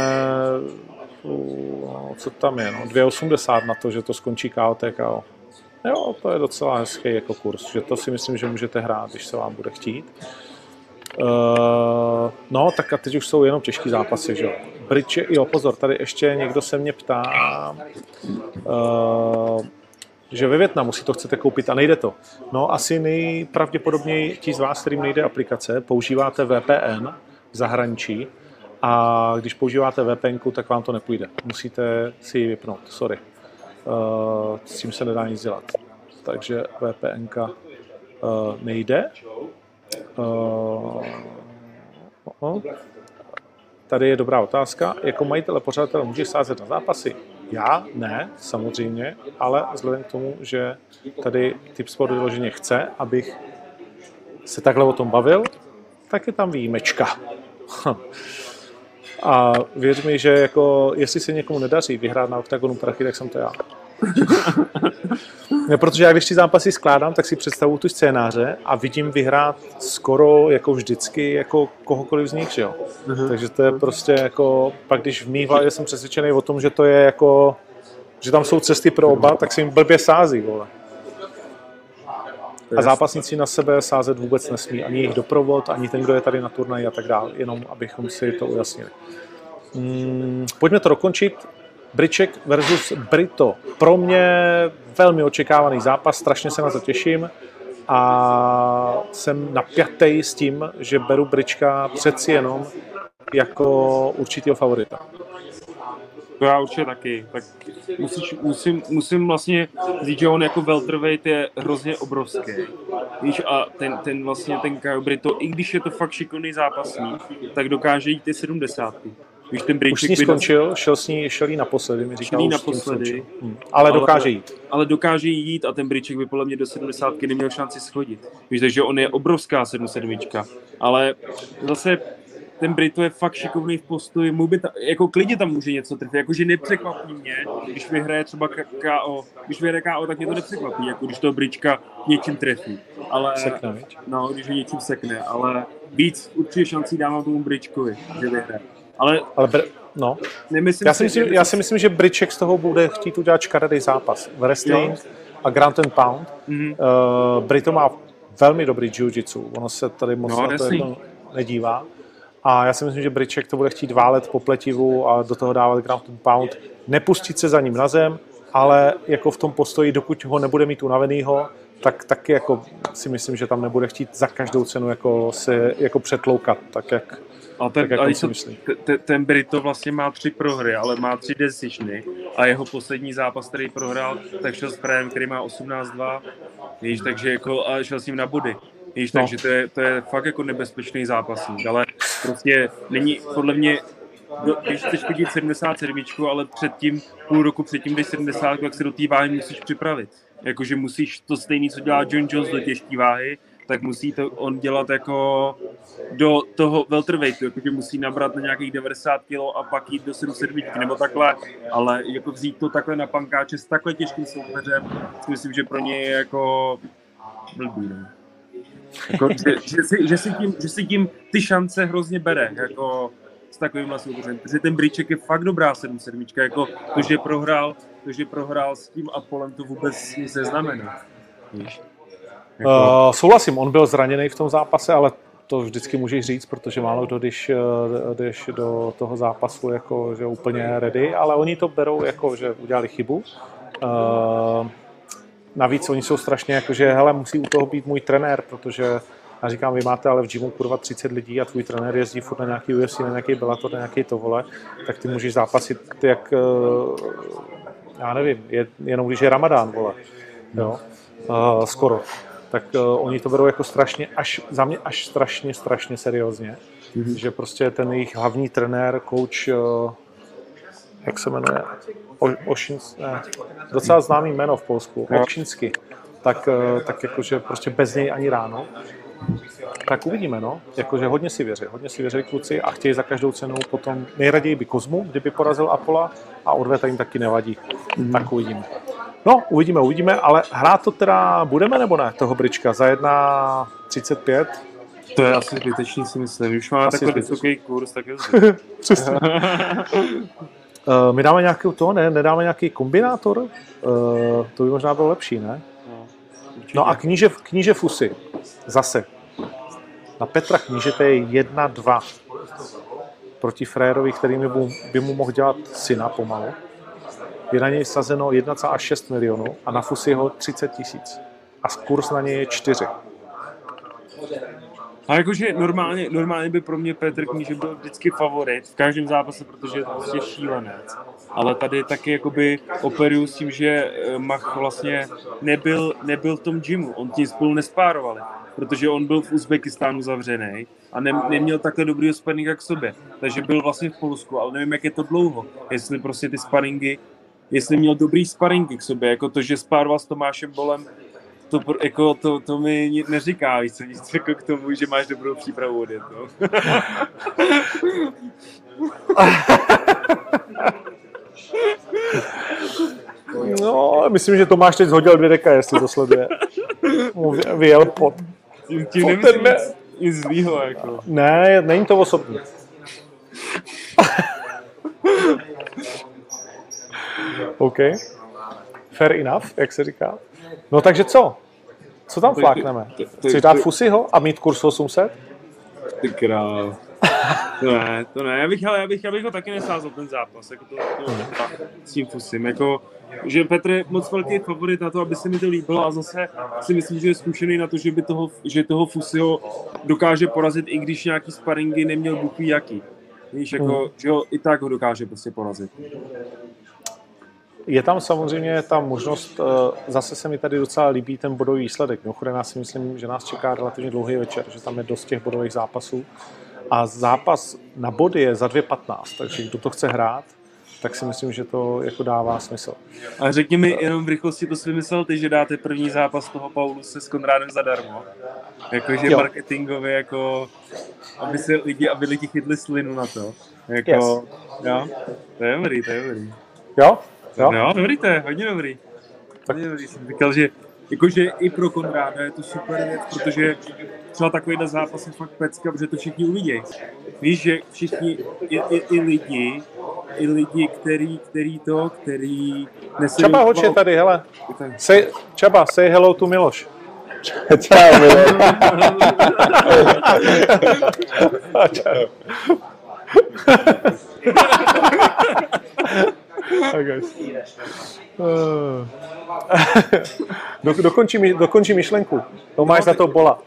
no, co tam je, no, dvě osmdesát na to, že to skončí K O T K O. Jo, to je docela hezký jako kurz, že to si myslím, že můžete hrát, když se vám bude chtít. Uh, no, tak a teď už jsou jenom těžký zápasy, že jo. Bridge, jo, pozor, tady ještě někdo se mě ptá, uh, že ve Vietnamu si to chcete koupit a nejde to. No, asi nejpravděpodobněji ti z vás, kterým nejde aplikace, používáte V P N, v zahraničí a když používáte V P N ku, tak vám to nepůjde. Musíte si ji vypnout, sorry. Uh, s tím se nedá nic dělat. Takže V P N ka uh, nejde. Uh, uh, Tady je dobrá otázka. Jako majitele pořadatele můžeš sázet na zápasy? Já ne, samozřejmě, ale vzhledem k tomu, že tady Tipsport vyloženě chce, abych se takhle o tom bavil, tak je tam výjimečka. A věř mi, že jako, jestli se někomu nedaří vyhrát na Oktagonu prachy, tak jsem to já. Ne, protože já když ty zápasy skládám, tak si představuju tu scénáře a vidím vyhrát skoro jako vždycky jako kohokoliv z nich, že jo. Uh-huh. Takže to je prostě jako, pak když v mých hlavě jsem přesvědčený o tom, že to je jako, že tam jsou cesty pro oba, tak se jim blbě sází, vole. A zápasníci na sebe sázet vůbec nesmí, ani jejich doprovod, ani ten, kdo je tady na turnaji a tak dále, jenom abychom si to ujasnili. Hmm, pojďme to dokončit. Briček versus Brito. Pro mě velmi očekávaný zápas, strašně se na to těším a jsem napjatý s tím, že beru Brička přeci jenom jako určitýho favorita. To já určitě taky. Tak musíš, musím, musím vlastně říct, že on jako welterweight je hrozně obrovský. Víš, a ten, ten vlastně ten Caio Brito, i když je to fakt šikovný zápasník, tak dokáže jít ty sedmdesátky. Už, ten už s ní skončil, šel s ní, šel jí naposledy, mi říkal. Šel jí naposledy. Hmm. Ale, ale dokáže jít. Ale dokáže jít a ten Briček by podle mě do sedmdesátky neměl šanci schodit. Víš, takže on je obrovská sedm sedm. Ale zase ten Brito je fakt šikovný v postoji, mu by ta, jako klidně tam může něco trefit, jakože nepřekvapí mě, když vyhraje třeba K O, když vyhraje K O, tak mě to nepřekvapí, jako když toho Brička něčím trefí. Ale, sekne, víc. No, když ho něčím sekne, ale víc určitě šancí dávám tomu Bričkovi, že vyhraje. Ale, ale br- no. Nemyslím já, si myslím, já si myslím, že Briček z toho bude chtít udělat škaredý zápas. Wrestling jo. a ground and pound. Mm-hmm. Uh, Brito má velmi dobrý jiu-jitsu, ono se tady moc no, na to jako nedívá. A já si myslím, že Briček to bude chtít válet po pletivu a do toho dávat ground and pound. Nepustit se za ním na zem, ale jako v tom postoji, dokud ho nebude mít unavenýho, tak taky jako si myslím, že tam nebude chtít za každou cenu jako se jako přetloukat, tak jak ale ten, tak, ale to, t- ten Brito vlastně má tři prohry, ale má tři decisiony a jeho poslední zápas, který prohrál, tak šel s Frejem, který má osmnáct dva, víš, takže jako a šel s ním na body. Víš, no. Takže to je, to je fakt jako nebezpečný zápasník, ale prostě není, podle mě, do, když chceš chodit sedmdesát sedm, ale předtím, půl roku předtím jdeš sedmdesát, tak se do té váhy musíš připravit. Jakože musíš to stejné, co dělá John Jones do těžké váhy, tak musí to on dělat jako do toho welterweightu, jakože musí nabrat na nějakých devadesát kilo a pak jít do sedm sedm nebo takhle, ale jako vzít to takhle na pankáče s takhle těžkým soupeřem, si myslím, že pro ně je jako blbý, ne? Jako, že, že, si, že, si tím, že si tím ty šance hrozně bere, jako s takovýmhle soupeřem, protože ten Briček je fakt dobrá sedm sedm, jako to, že prohrál, to, že prohrál s tím Apolem, to vůbec nic neznamená. Víš? Jako... Uh, souhlasím, on byl zraněný v tom zápase, ale to vždycky můžeš říct, protože málo kdo, když jdeš do toho zápasu, jako, že úplně ready, ale oni to berou jako, že udělali chybu. Uh, navíc oni jsou strašně jako, že hele, musí u toho být můj trenér, protože já říkám, vy máte ale v gymu kurva třicet lidí a tvůj trenér jezdí furt na nějaký U F C, na nějaký Bellator, na nějaký to vole, tak ty můžeš zápasit jak, já nevím, jenom když je Ramadán, vole, jo, uh, skoro. Tak uh, oni to berou jako strašně, až za mě až strašně, strašně seriózně, mm-hmm. že prostě ten jejich hlavní trenér, coach, uh, jak se jmenuje, o, Ošins, ne, docela známý jméno v Polsku, Ošinsky, tak, uh, tak jakože prostě bez něj ani ráno. Tak uvidíme, no, jakože hodně si věří, hodně si věří kluci a chtějí za každou cenu potom, nejraději by Kozmu, kdyby porazil Apola a odveta jim taky nevadí, mm. tak uvidíme. No, uvidíme, uvidíme, ale hrát to teda budeme nebo ne, toho Brička, za jedna třicet pět? To je asi zbytečný, si myslím, už máme takový vysoký kurz, tak je přesně. uh, my dáme nějaký to, ne, nedáme nějaký kombinátor, uh, to by možná bylo lepší, ne? No, no a kníže, kníže Fusy, zase. Na Petra Knížete je jedna dva proti Frérovi, který by mu, by mu mohl dělat syna pomalu. Je na něj sazeno jedna celá šest milionu a na Fusyho třicet tisíc. A kurz na něj je čtyři. A jakože normálně, normálně by pro mě Petr Knížek byl vždycky favorit v každém zápase, protože je to prostě šílenec. Ale tady taky jakoby operuju s tím, že Mach vlastně nebyl, nebyl v tom gymu, on tím spolu nespárovali, protože on byl v Uzbekistánu zavřený a ne, neměl takhle dobrýho sparringa k sobě. Takže byl vlastně v Polsku, ale nevím, jak je to dlouho. Jestli prostě ty sparingy, jestli měl dobrý sparingy k sobě, jako to, že spároval s Tomášem Bolem, To, jako, to, to mi neříká víc, nic jako k tomu, že máš dobrou přípravu od jednoho. No, myslím, že Tomáš teď zhodil dvě deka, jestli to sleduje. Vyjel pot. Tím, tím nemyslím nic, nic zlýho, jako. Ne, není to osobní. OK. Fair enough, jak se říká. No takže co? Co tam flákneme? Chceš dát Fusiho a mít kurz osm set? Ty král. To ne, to ne. Já bych, ale já bych, já bych ho taky nesázal ten zápas, jako to, to s tím Fusim. Jako, že Petr je moc velký favorit na to, aby se mi to líbilo, a zase si myslím, že je zkušený na to, že, by toho, že toho Fusiho dokáže porazit, i když nějaký sparingy neměl bukví jaký. Víš, jako, hmm. že ho i tak ho dokáže prostě porazit. Je tam samozřejmě ta možnost, zase se mi tady docela líbí ten bodový výsledek. Mimochodem, já si myslím, že nás čeká relativně dlouhý večer, že tam je dost těch bodových zápasů. A zápas na body je za dvě patnáct, takže kdo to chce hrát, tak si myslím, že to jako dává smysl. A řekni mi jenom v rychlosti, to si vymyslel ty, že dáte první zápas toho Pauluse s Konrádem zadarmo. Jakože marketingově, jako, aby se lidi, aby lidi chytli slinu na to. Jako, yes. Jo, to je dobrý, to je dobrý. Jo? Jo? No, dobrý to je, hodně dobrý. Hodně dobrý, jsem říkal, že jakože i pro Konráda je to super věc, protože třeba takovýhle zápas je fakt pecka, protože to všichni uvidějí. Víš, že všichni, i, i, i lidi, i lidi, který, který to, který... Čaba, hoď je tady, hele. Say, Čaba, say hello to Miloš. Čau, Miloš. Čau. Okay. Uh. Do, dokončí, dokončí myšlenku. To máš za to Bola.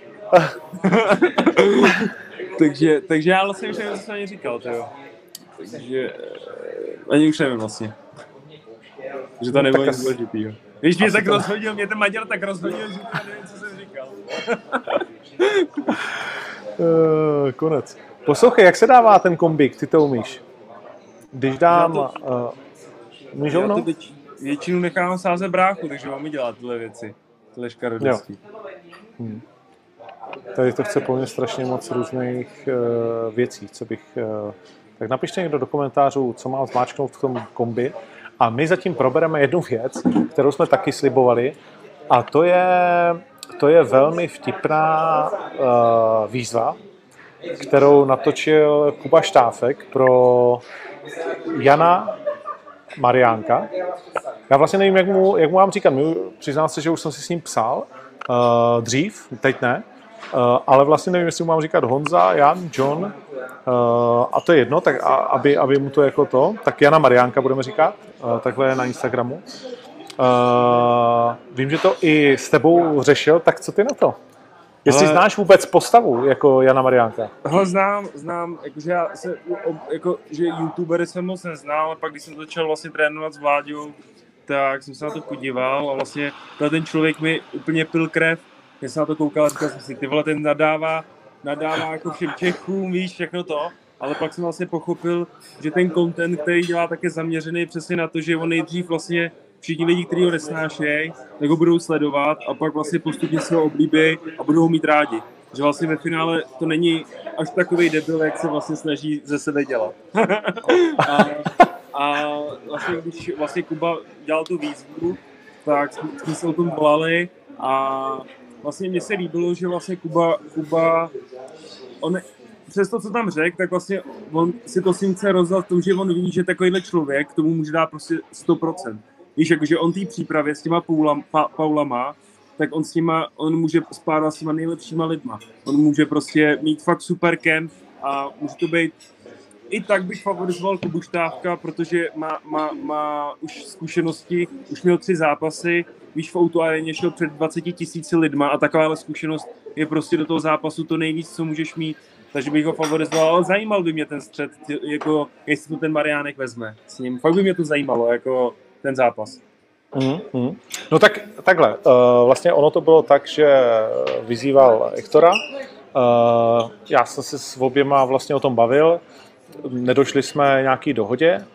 takže, takže já vlastně už nevím, co jsem ani říkal. Tyjo. Takže ani už nevím vlastně. Že to nebylo nic důležitýho. Když mě tak to... rozhodil, mě ten Maďar tak rozhodil, že to nevím, co jsem říkal. uh, konec. Poslouchej, jak se dává ten kombik? Ty to umíš? Když dám... To... Uh, můžou, já no? to věč, většinu nechám sázet bráchu, takže mám i dělat tyhle věci. Tyhle škarodosti. Hmm. Tady to chce po mně strašně moc různých uh, věcí, co bych... Uh, tak napište někdo do komentářů, co mám zmáčknout v tom kombi. A my zatím probereme jednu věc, kterou jsme taky slibovali. A to je, to je velmi vtipná uh, výzva, kterou natočil Kuba Štáfek pro Jana Mariánka. Já vlastně nevím, jak mu, jak mu mám říkat. Přiznám se, že už jsem si s ním psal uh, dřív, teď ne. Uh, ale vlastně nevím, jestli mu mám říkat Honza, Jan, John, uh, a to je jedno, tak a, aby, aby mu to jako to, tak Jana Mariánka budeme říkat, uh, takhle na Instagramu. Uh, vím, že to i s tebou řešil, tak co ty na to? Jestli ale... znáš vůbec postavu jako Jana Mariánka? Hele, znám, znám, jakože já se, jako, že youtubery jsem moc neznal, ale pak když jsem začal vlastně trénovat s Vláďou, tak jsem se na to podíval a vlastně ten člověk mi úplně pil krev. Já jsem na to koukal a říkal jsem si, ty vole, ten nadává, nadává jako všem Čechům, víš, všechno to, ale pak jsem vlastně pochopil, že ten content, který dělá, tak je zaměřený přesně na to, že on nejdřív vlastně všichni lidi, kteří ho nesnášejí, tak ho budou sledovat a pak vlastně postupně se ho oblíbí a budou ho mít rádi. Že vlastně ve finále to není až takovej debil, jak se vlastně snaží ze sebe dělat. a, a vlastně když vlastně Kuba dělal tu výzvu, tak jsme se o tom volali a vlastně mně se líbilo, že vlastně Kuba, Kuba on, přes to, co tam řekl, tak vlastně on si to si chce rozdat v tom, že on ví, že takovýhle člověk k tomu může dát prostě sto procent. Víš, jakože on té přípravě s těma Paula, pa, Paulama, tak on s nima, on může spárovat s těma nejlepšíma lidma. On může prostě mít fakt super camp a může to být i tak bych favorizoval Kubu Štávka, protože má, má, má už zkušenosti, už měl tři zápasy, víš, v Outu Areně šel před dvaceti tisíci lidma a takováhle zkušenost je prostě do toho zápasu to nejvíc, co můžeš mít. Takže bych ho favorizoval, ale zajímal by mě ten střed, jako jestli to ten Mariánek vezme s ním. Fakt by mě to zajímalo, jako ten zápas. Mm, mm. No tak takhle, uh, vlastně ono to bylo tak, že vyzýval Hektora, uh, já jsem se s oběma vlastně o tom bavil, nedošli jsme nějaký dohodě,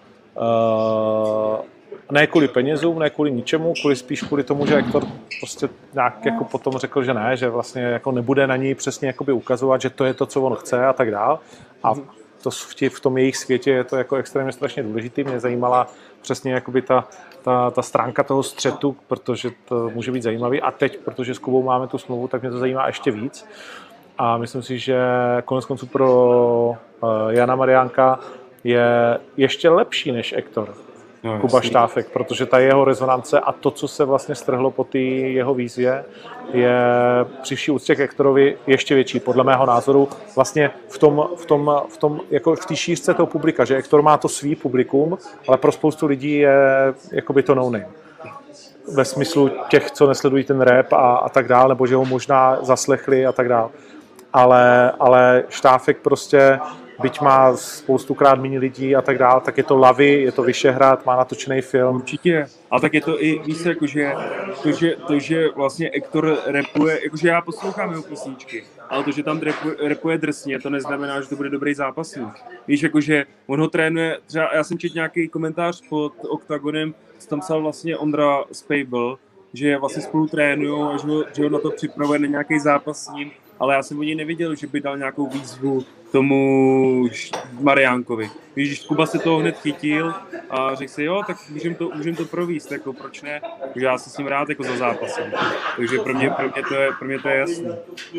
uh, ne kvůli penězům, ne kvůli ničemu, kvůli spíš kvůli tomu, že Hektor prostě nějak jako potom řekl, že ne, že vlastně jako nebude na něj přesně jakoby ukazovat, že to je to, co on chce a tak dál. A to v tom jejich světě je to jako extrémně strašně důležitý. Mě zajímala přesně jakoby ta, ta, ta stránka toho střetu, protože to může být zajímavý. A teď, protože s Kubou máme tu smlouvu, tak mě to zajímá ještě víc. A myslím si, že konec konců pro Jana Mariánka je ještě lepší než Hektor. No, Kuba Štáfek, protože ta jeho rezonance a to, co se vlastně strhlo po té jeho výzvě, je při vší úctě k Hektorovi ještě větší, podle mého názoru, vlastně v tom, v tom, v tom jako v té šířce toho publika, že Hektor má to svý publikum, ale pro spoustu lidí je jakoby to no name. Ve smyslu těch, co nesledují ten rap a, a tak dál, nebo že ho možná zaslechli a tak dál. Ale, ale Štáfek prostě byť má spoustukrát méně lidí a tak dál, tak je to Lavy, je to Vyšehrad, má natočený film. Určitě. A tak je to i, víš, jakože, to, že, to, že vlastně Hektor rapuje, jakože já poslouchám jeho písničky, ale to, že tam rapuje, rapuje drsně, to neznamená, že to bude dobrý zápasník. Víš, jakože on ho trénuje, třeba já jsem četl nějaký komentář pod Octagonem, tam psal vlastně Ondra Spejbl, že vlastně spolu trénujou a že ho, že ho na to připravuje na nějaký zápas s ním, ale já jsem o něj neviděl, že by dal nějakou výzvu tomu Mariánkovi. Víš, Kuba se toho hned chytil a řekl si, jo, tak můžem to, můžem to províst, jako proč ne? Takže já se s ním rád jako za zápasem. Takže pro mě, pro mě, to, je, pro mě to je jasné.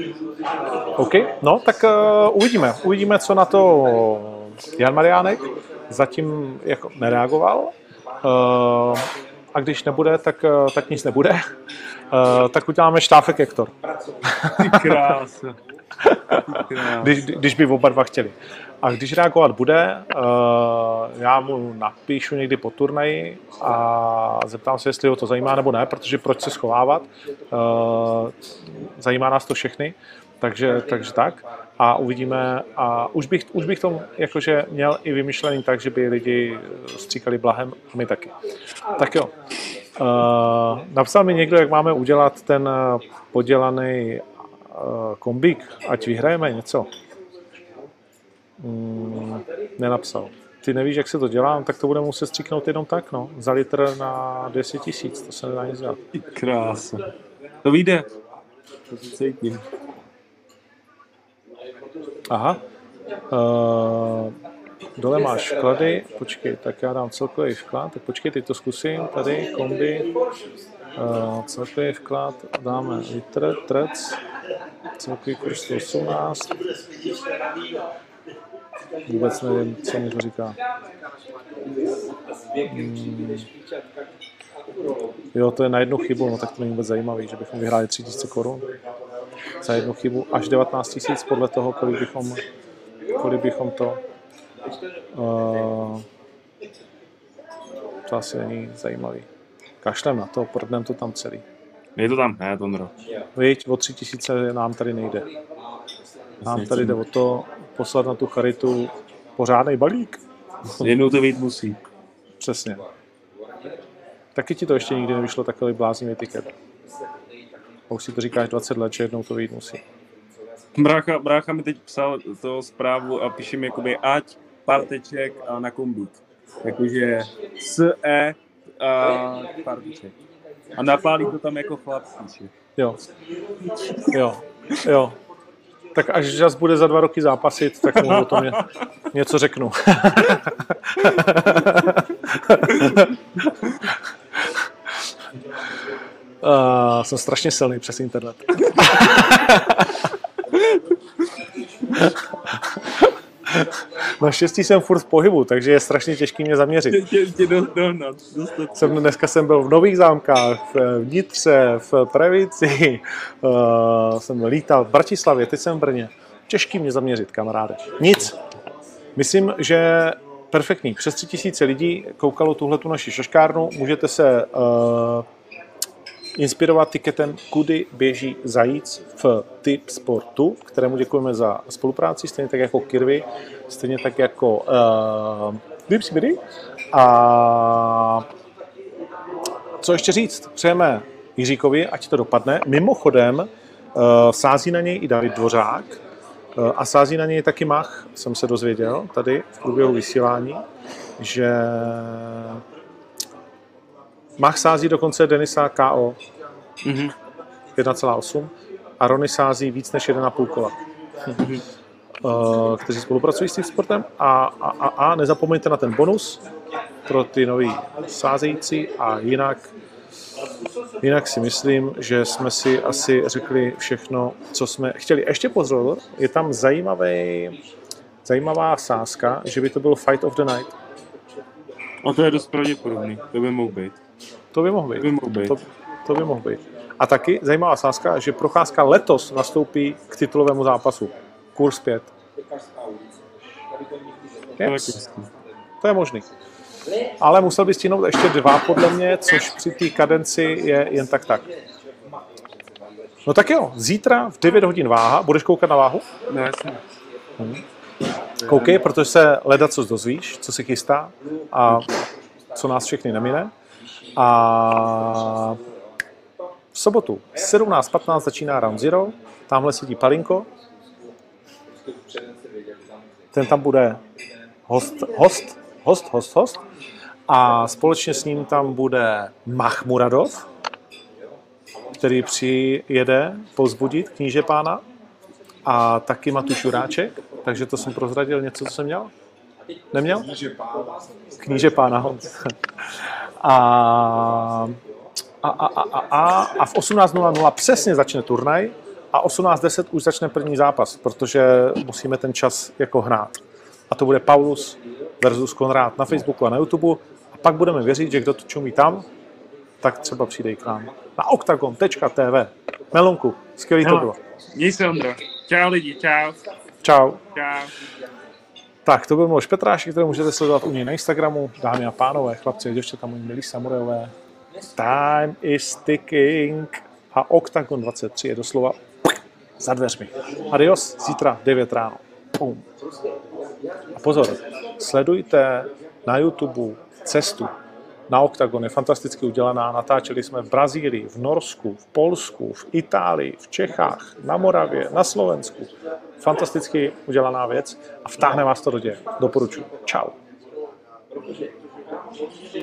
OK, no tak uh, uvidíme. Uvidíme, co na to Jan Mariánek. Zatím jako nereagoval. Uh, a když nebude, tak, uh, tak nic nebude. Uh, tak uděláme Štáfek Hektor. Ty krása. když, když by oba dva chtěli. A když reagovat bude, uh, já mu napíšu někdy po turnaji a zeptám se, jestli ho to zajímá nebo ne, protože proč se schovávat. Uh, zajímá nás to všechny, takže, takže tak. A uvidíme. A už bych, už bych to jakože měl i vymyšlený tak, že by lidi stříkali blahem a my taky. Tak jo. Uh, napsal mi někdo, jak máme udělat ten podělaný uh, kombík, ať vyhrajeme něco. Mm, nenapsal. Ty nevíš, jak se to dělá, tak to budeme muset stříknout jenom tak, no. Za litr na dvě stě tisíc, to se nedá nic dělat. Ty krása. To vyjde. To se cítím. Aha. Uh, dole máš vklady, počkej, tak já dám celkový vklad, tak počkej, teď to zkusím, tady kombi, uh, celkový vklad, dáme litr, trec, celkový kurz sto osmnáct, vůbec nevím, co mi to říká. Hmm. Jo, to je na jednu chybu, no tak to není vůbec zajímavý, že bychom vyhráli tři tisíce korun za jednu chybu, až devatenáct tisíc podle toho, kolik bychom, kolik bychom to... Uh, to asi není zajímavý. Kašlem na to, prdnem to tam celý. Je to tam, ne, Tondro. Víď, o tři tisíce nám tady nejde. Nám tady jde o to poslat na tu charitu pořádnej balík. Jednou to vyjít musí. Přesně. Taky ti to ještě nikdy nevyšlo takový bláznivý tiket. A už si to říkáš dvacet let, že jednou to vyjít musí. Brácha, brácha mi teď psal to zprávu a píše mi jakoby ať parteček a na kombík. Jakože s e a parteček. A napálí to tam jako chlap píše. Jo. Jo. Jo. Tak až Žas bude za dva roky zápasit, tak mu o tom ně, něco řeknu. uh, jsem strašně silný přes internet. Naštěstí jsem furt v pohybu, takže je strašně těžký mě zaměřit. Tě, tě dohnat, jsem, dneska jsem byl v Nových Zámkách, v Nitře, v Previci, uh, jsem lítal v Bratislavě, teď jsem v Brně. Těžký mě zaměřit, kamaráde. Nic. Myslím, že perfektní. Přes tři tisíce lidí koukalo tuhletu naši šaškárnu. Můžete se uh, inspirovat tiketem Kudy běží zajíc v Tip Sportu, kterému děkujeme za spolupráci, stejně tak jako Kirvy, stejně tak jako uh, Dipsibity. A co ještě říct? Přejeme Jiříkovi, ať to dopadne. Mimochodem uh, sází na něj i David Dvořák uh, a sází na něj taky Mach, jsem se dozvěděl tady v průběhu vysílání, že Mach sází dokonce Denisa K O mm-hmm. jedna celá osm a Rony sází víc než jedna celá pět kola, mm-hmm. uh, kteří spolupracují s tím sportem. A, a, a, a nezapomeňte na ten bonus pro ty nový sázející a jinak, jinak si myslím, že jsme si asi řekli všechno, co jsme chtěli. Ještě pozor, je tam zajímavý, zajímavá sázka, že by to byl Fight of the Night. A to je dost pravděpodobný, to by mohl být. To by mohl být. To by mohl být. To, to by mohl být. A taky zajímavá sázka, že Procházka letos nastoupí k titulovému zápasu. Kurz pět. Yes. To je možný. Ale musel by stihnout ještě dva, podle mě, což při té kadenci je jen tak tak. No tak jo, zítra v devět hodin váha. Budeš koukat na váhu? No jasně. Hmm. Koukej, protože se ledacos dozvíš, co se chystá a co nás všechny nemine. A v sobotu sedmnáct patnáct začíná Round Zero. Tamhle sedí Palinko. Ten tam bude host, host, host, host, host. A společně s ním tam bude Machmuradov, který přijede povzbudit kníže pána. A taky Matuš Juráček. Takže to jsem prozradil něco, co jsem měl? Neměl? Kníže pána. A, a, a, a, a, a v osmnáct nula nula přesně začne turnaj a osmnáct deset už začne první zápas, protože musíme ten čas jako hnát. A to bude Paulus versus Konrád na Facebooku a na YouTube. A pak budeme věřit, že kdo to čumí tam, tak třeba přijde i k nám. Na oktagon tečka té vé. Melonku, skvělý to bylo. Měj se, Ondro. Čau lidi, čau. Čau. Čau. Tak, to byl Miloš Petrášek, který můžete sledovat u něj na Instagramu. Dámy a pánové, chlapci a děvčata, moji milí samurajové. Time is ticking. A Oktagon dvacet tři je doslova za dveřmi. Adios, zítra devět ráno. Pum. A pozor, sledujte na YouTube cestu na Oktagon, je fantasticky udělaná. Natáčeli jsme v Brazílii, v Norsku, v Polsku, v Itálii, v Čechách, na Moravě, na Slovensku. Fantasticky udělaná věc a vtáhne vás to do děje. Doporučuji. Čau.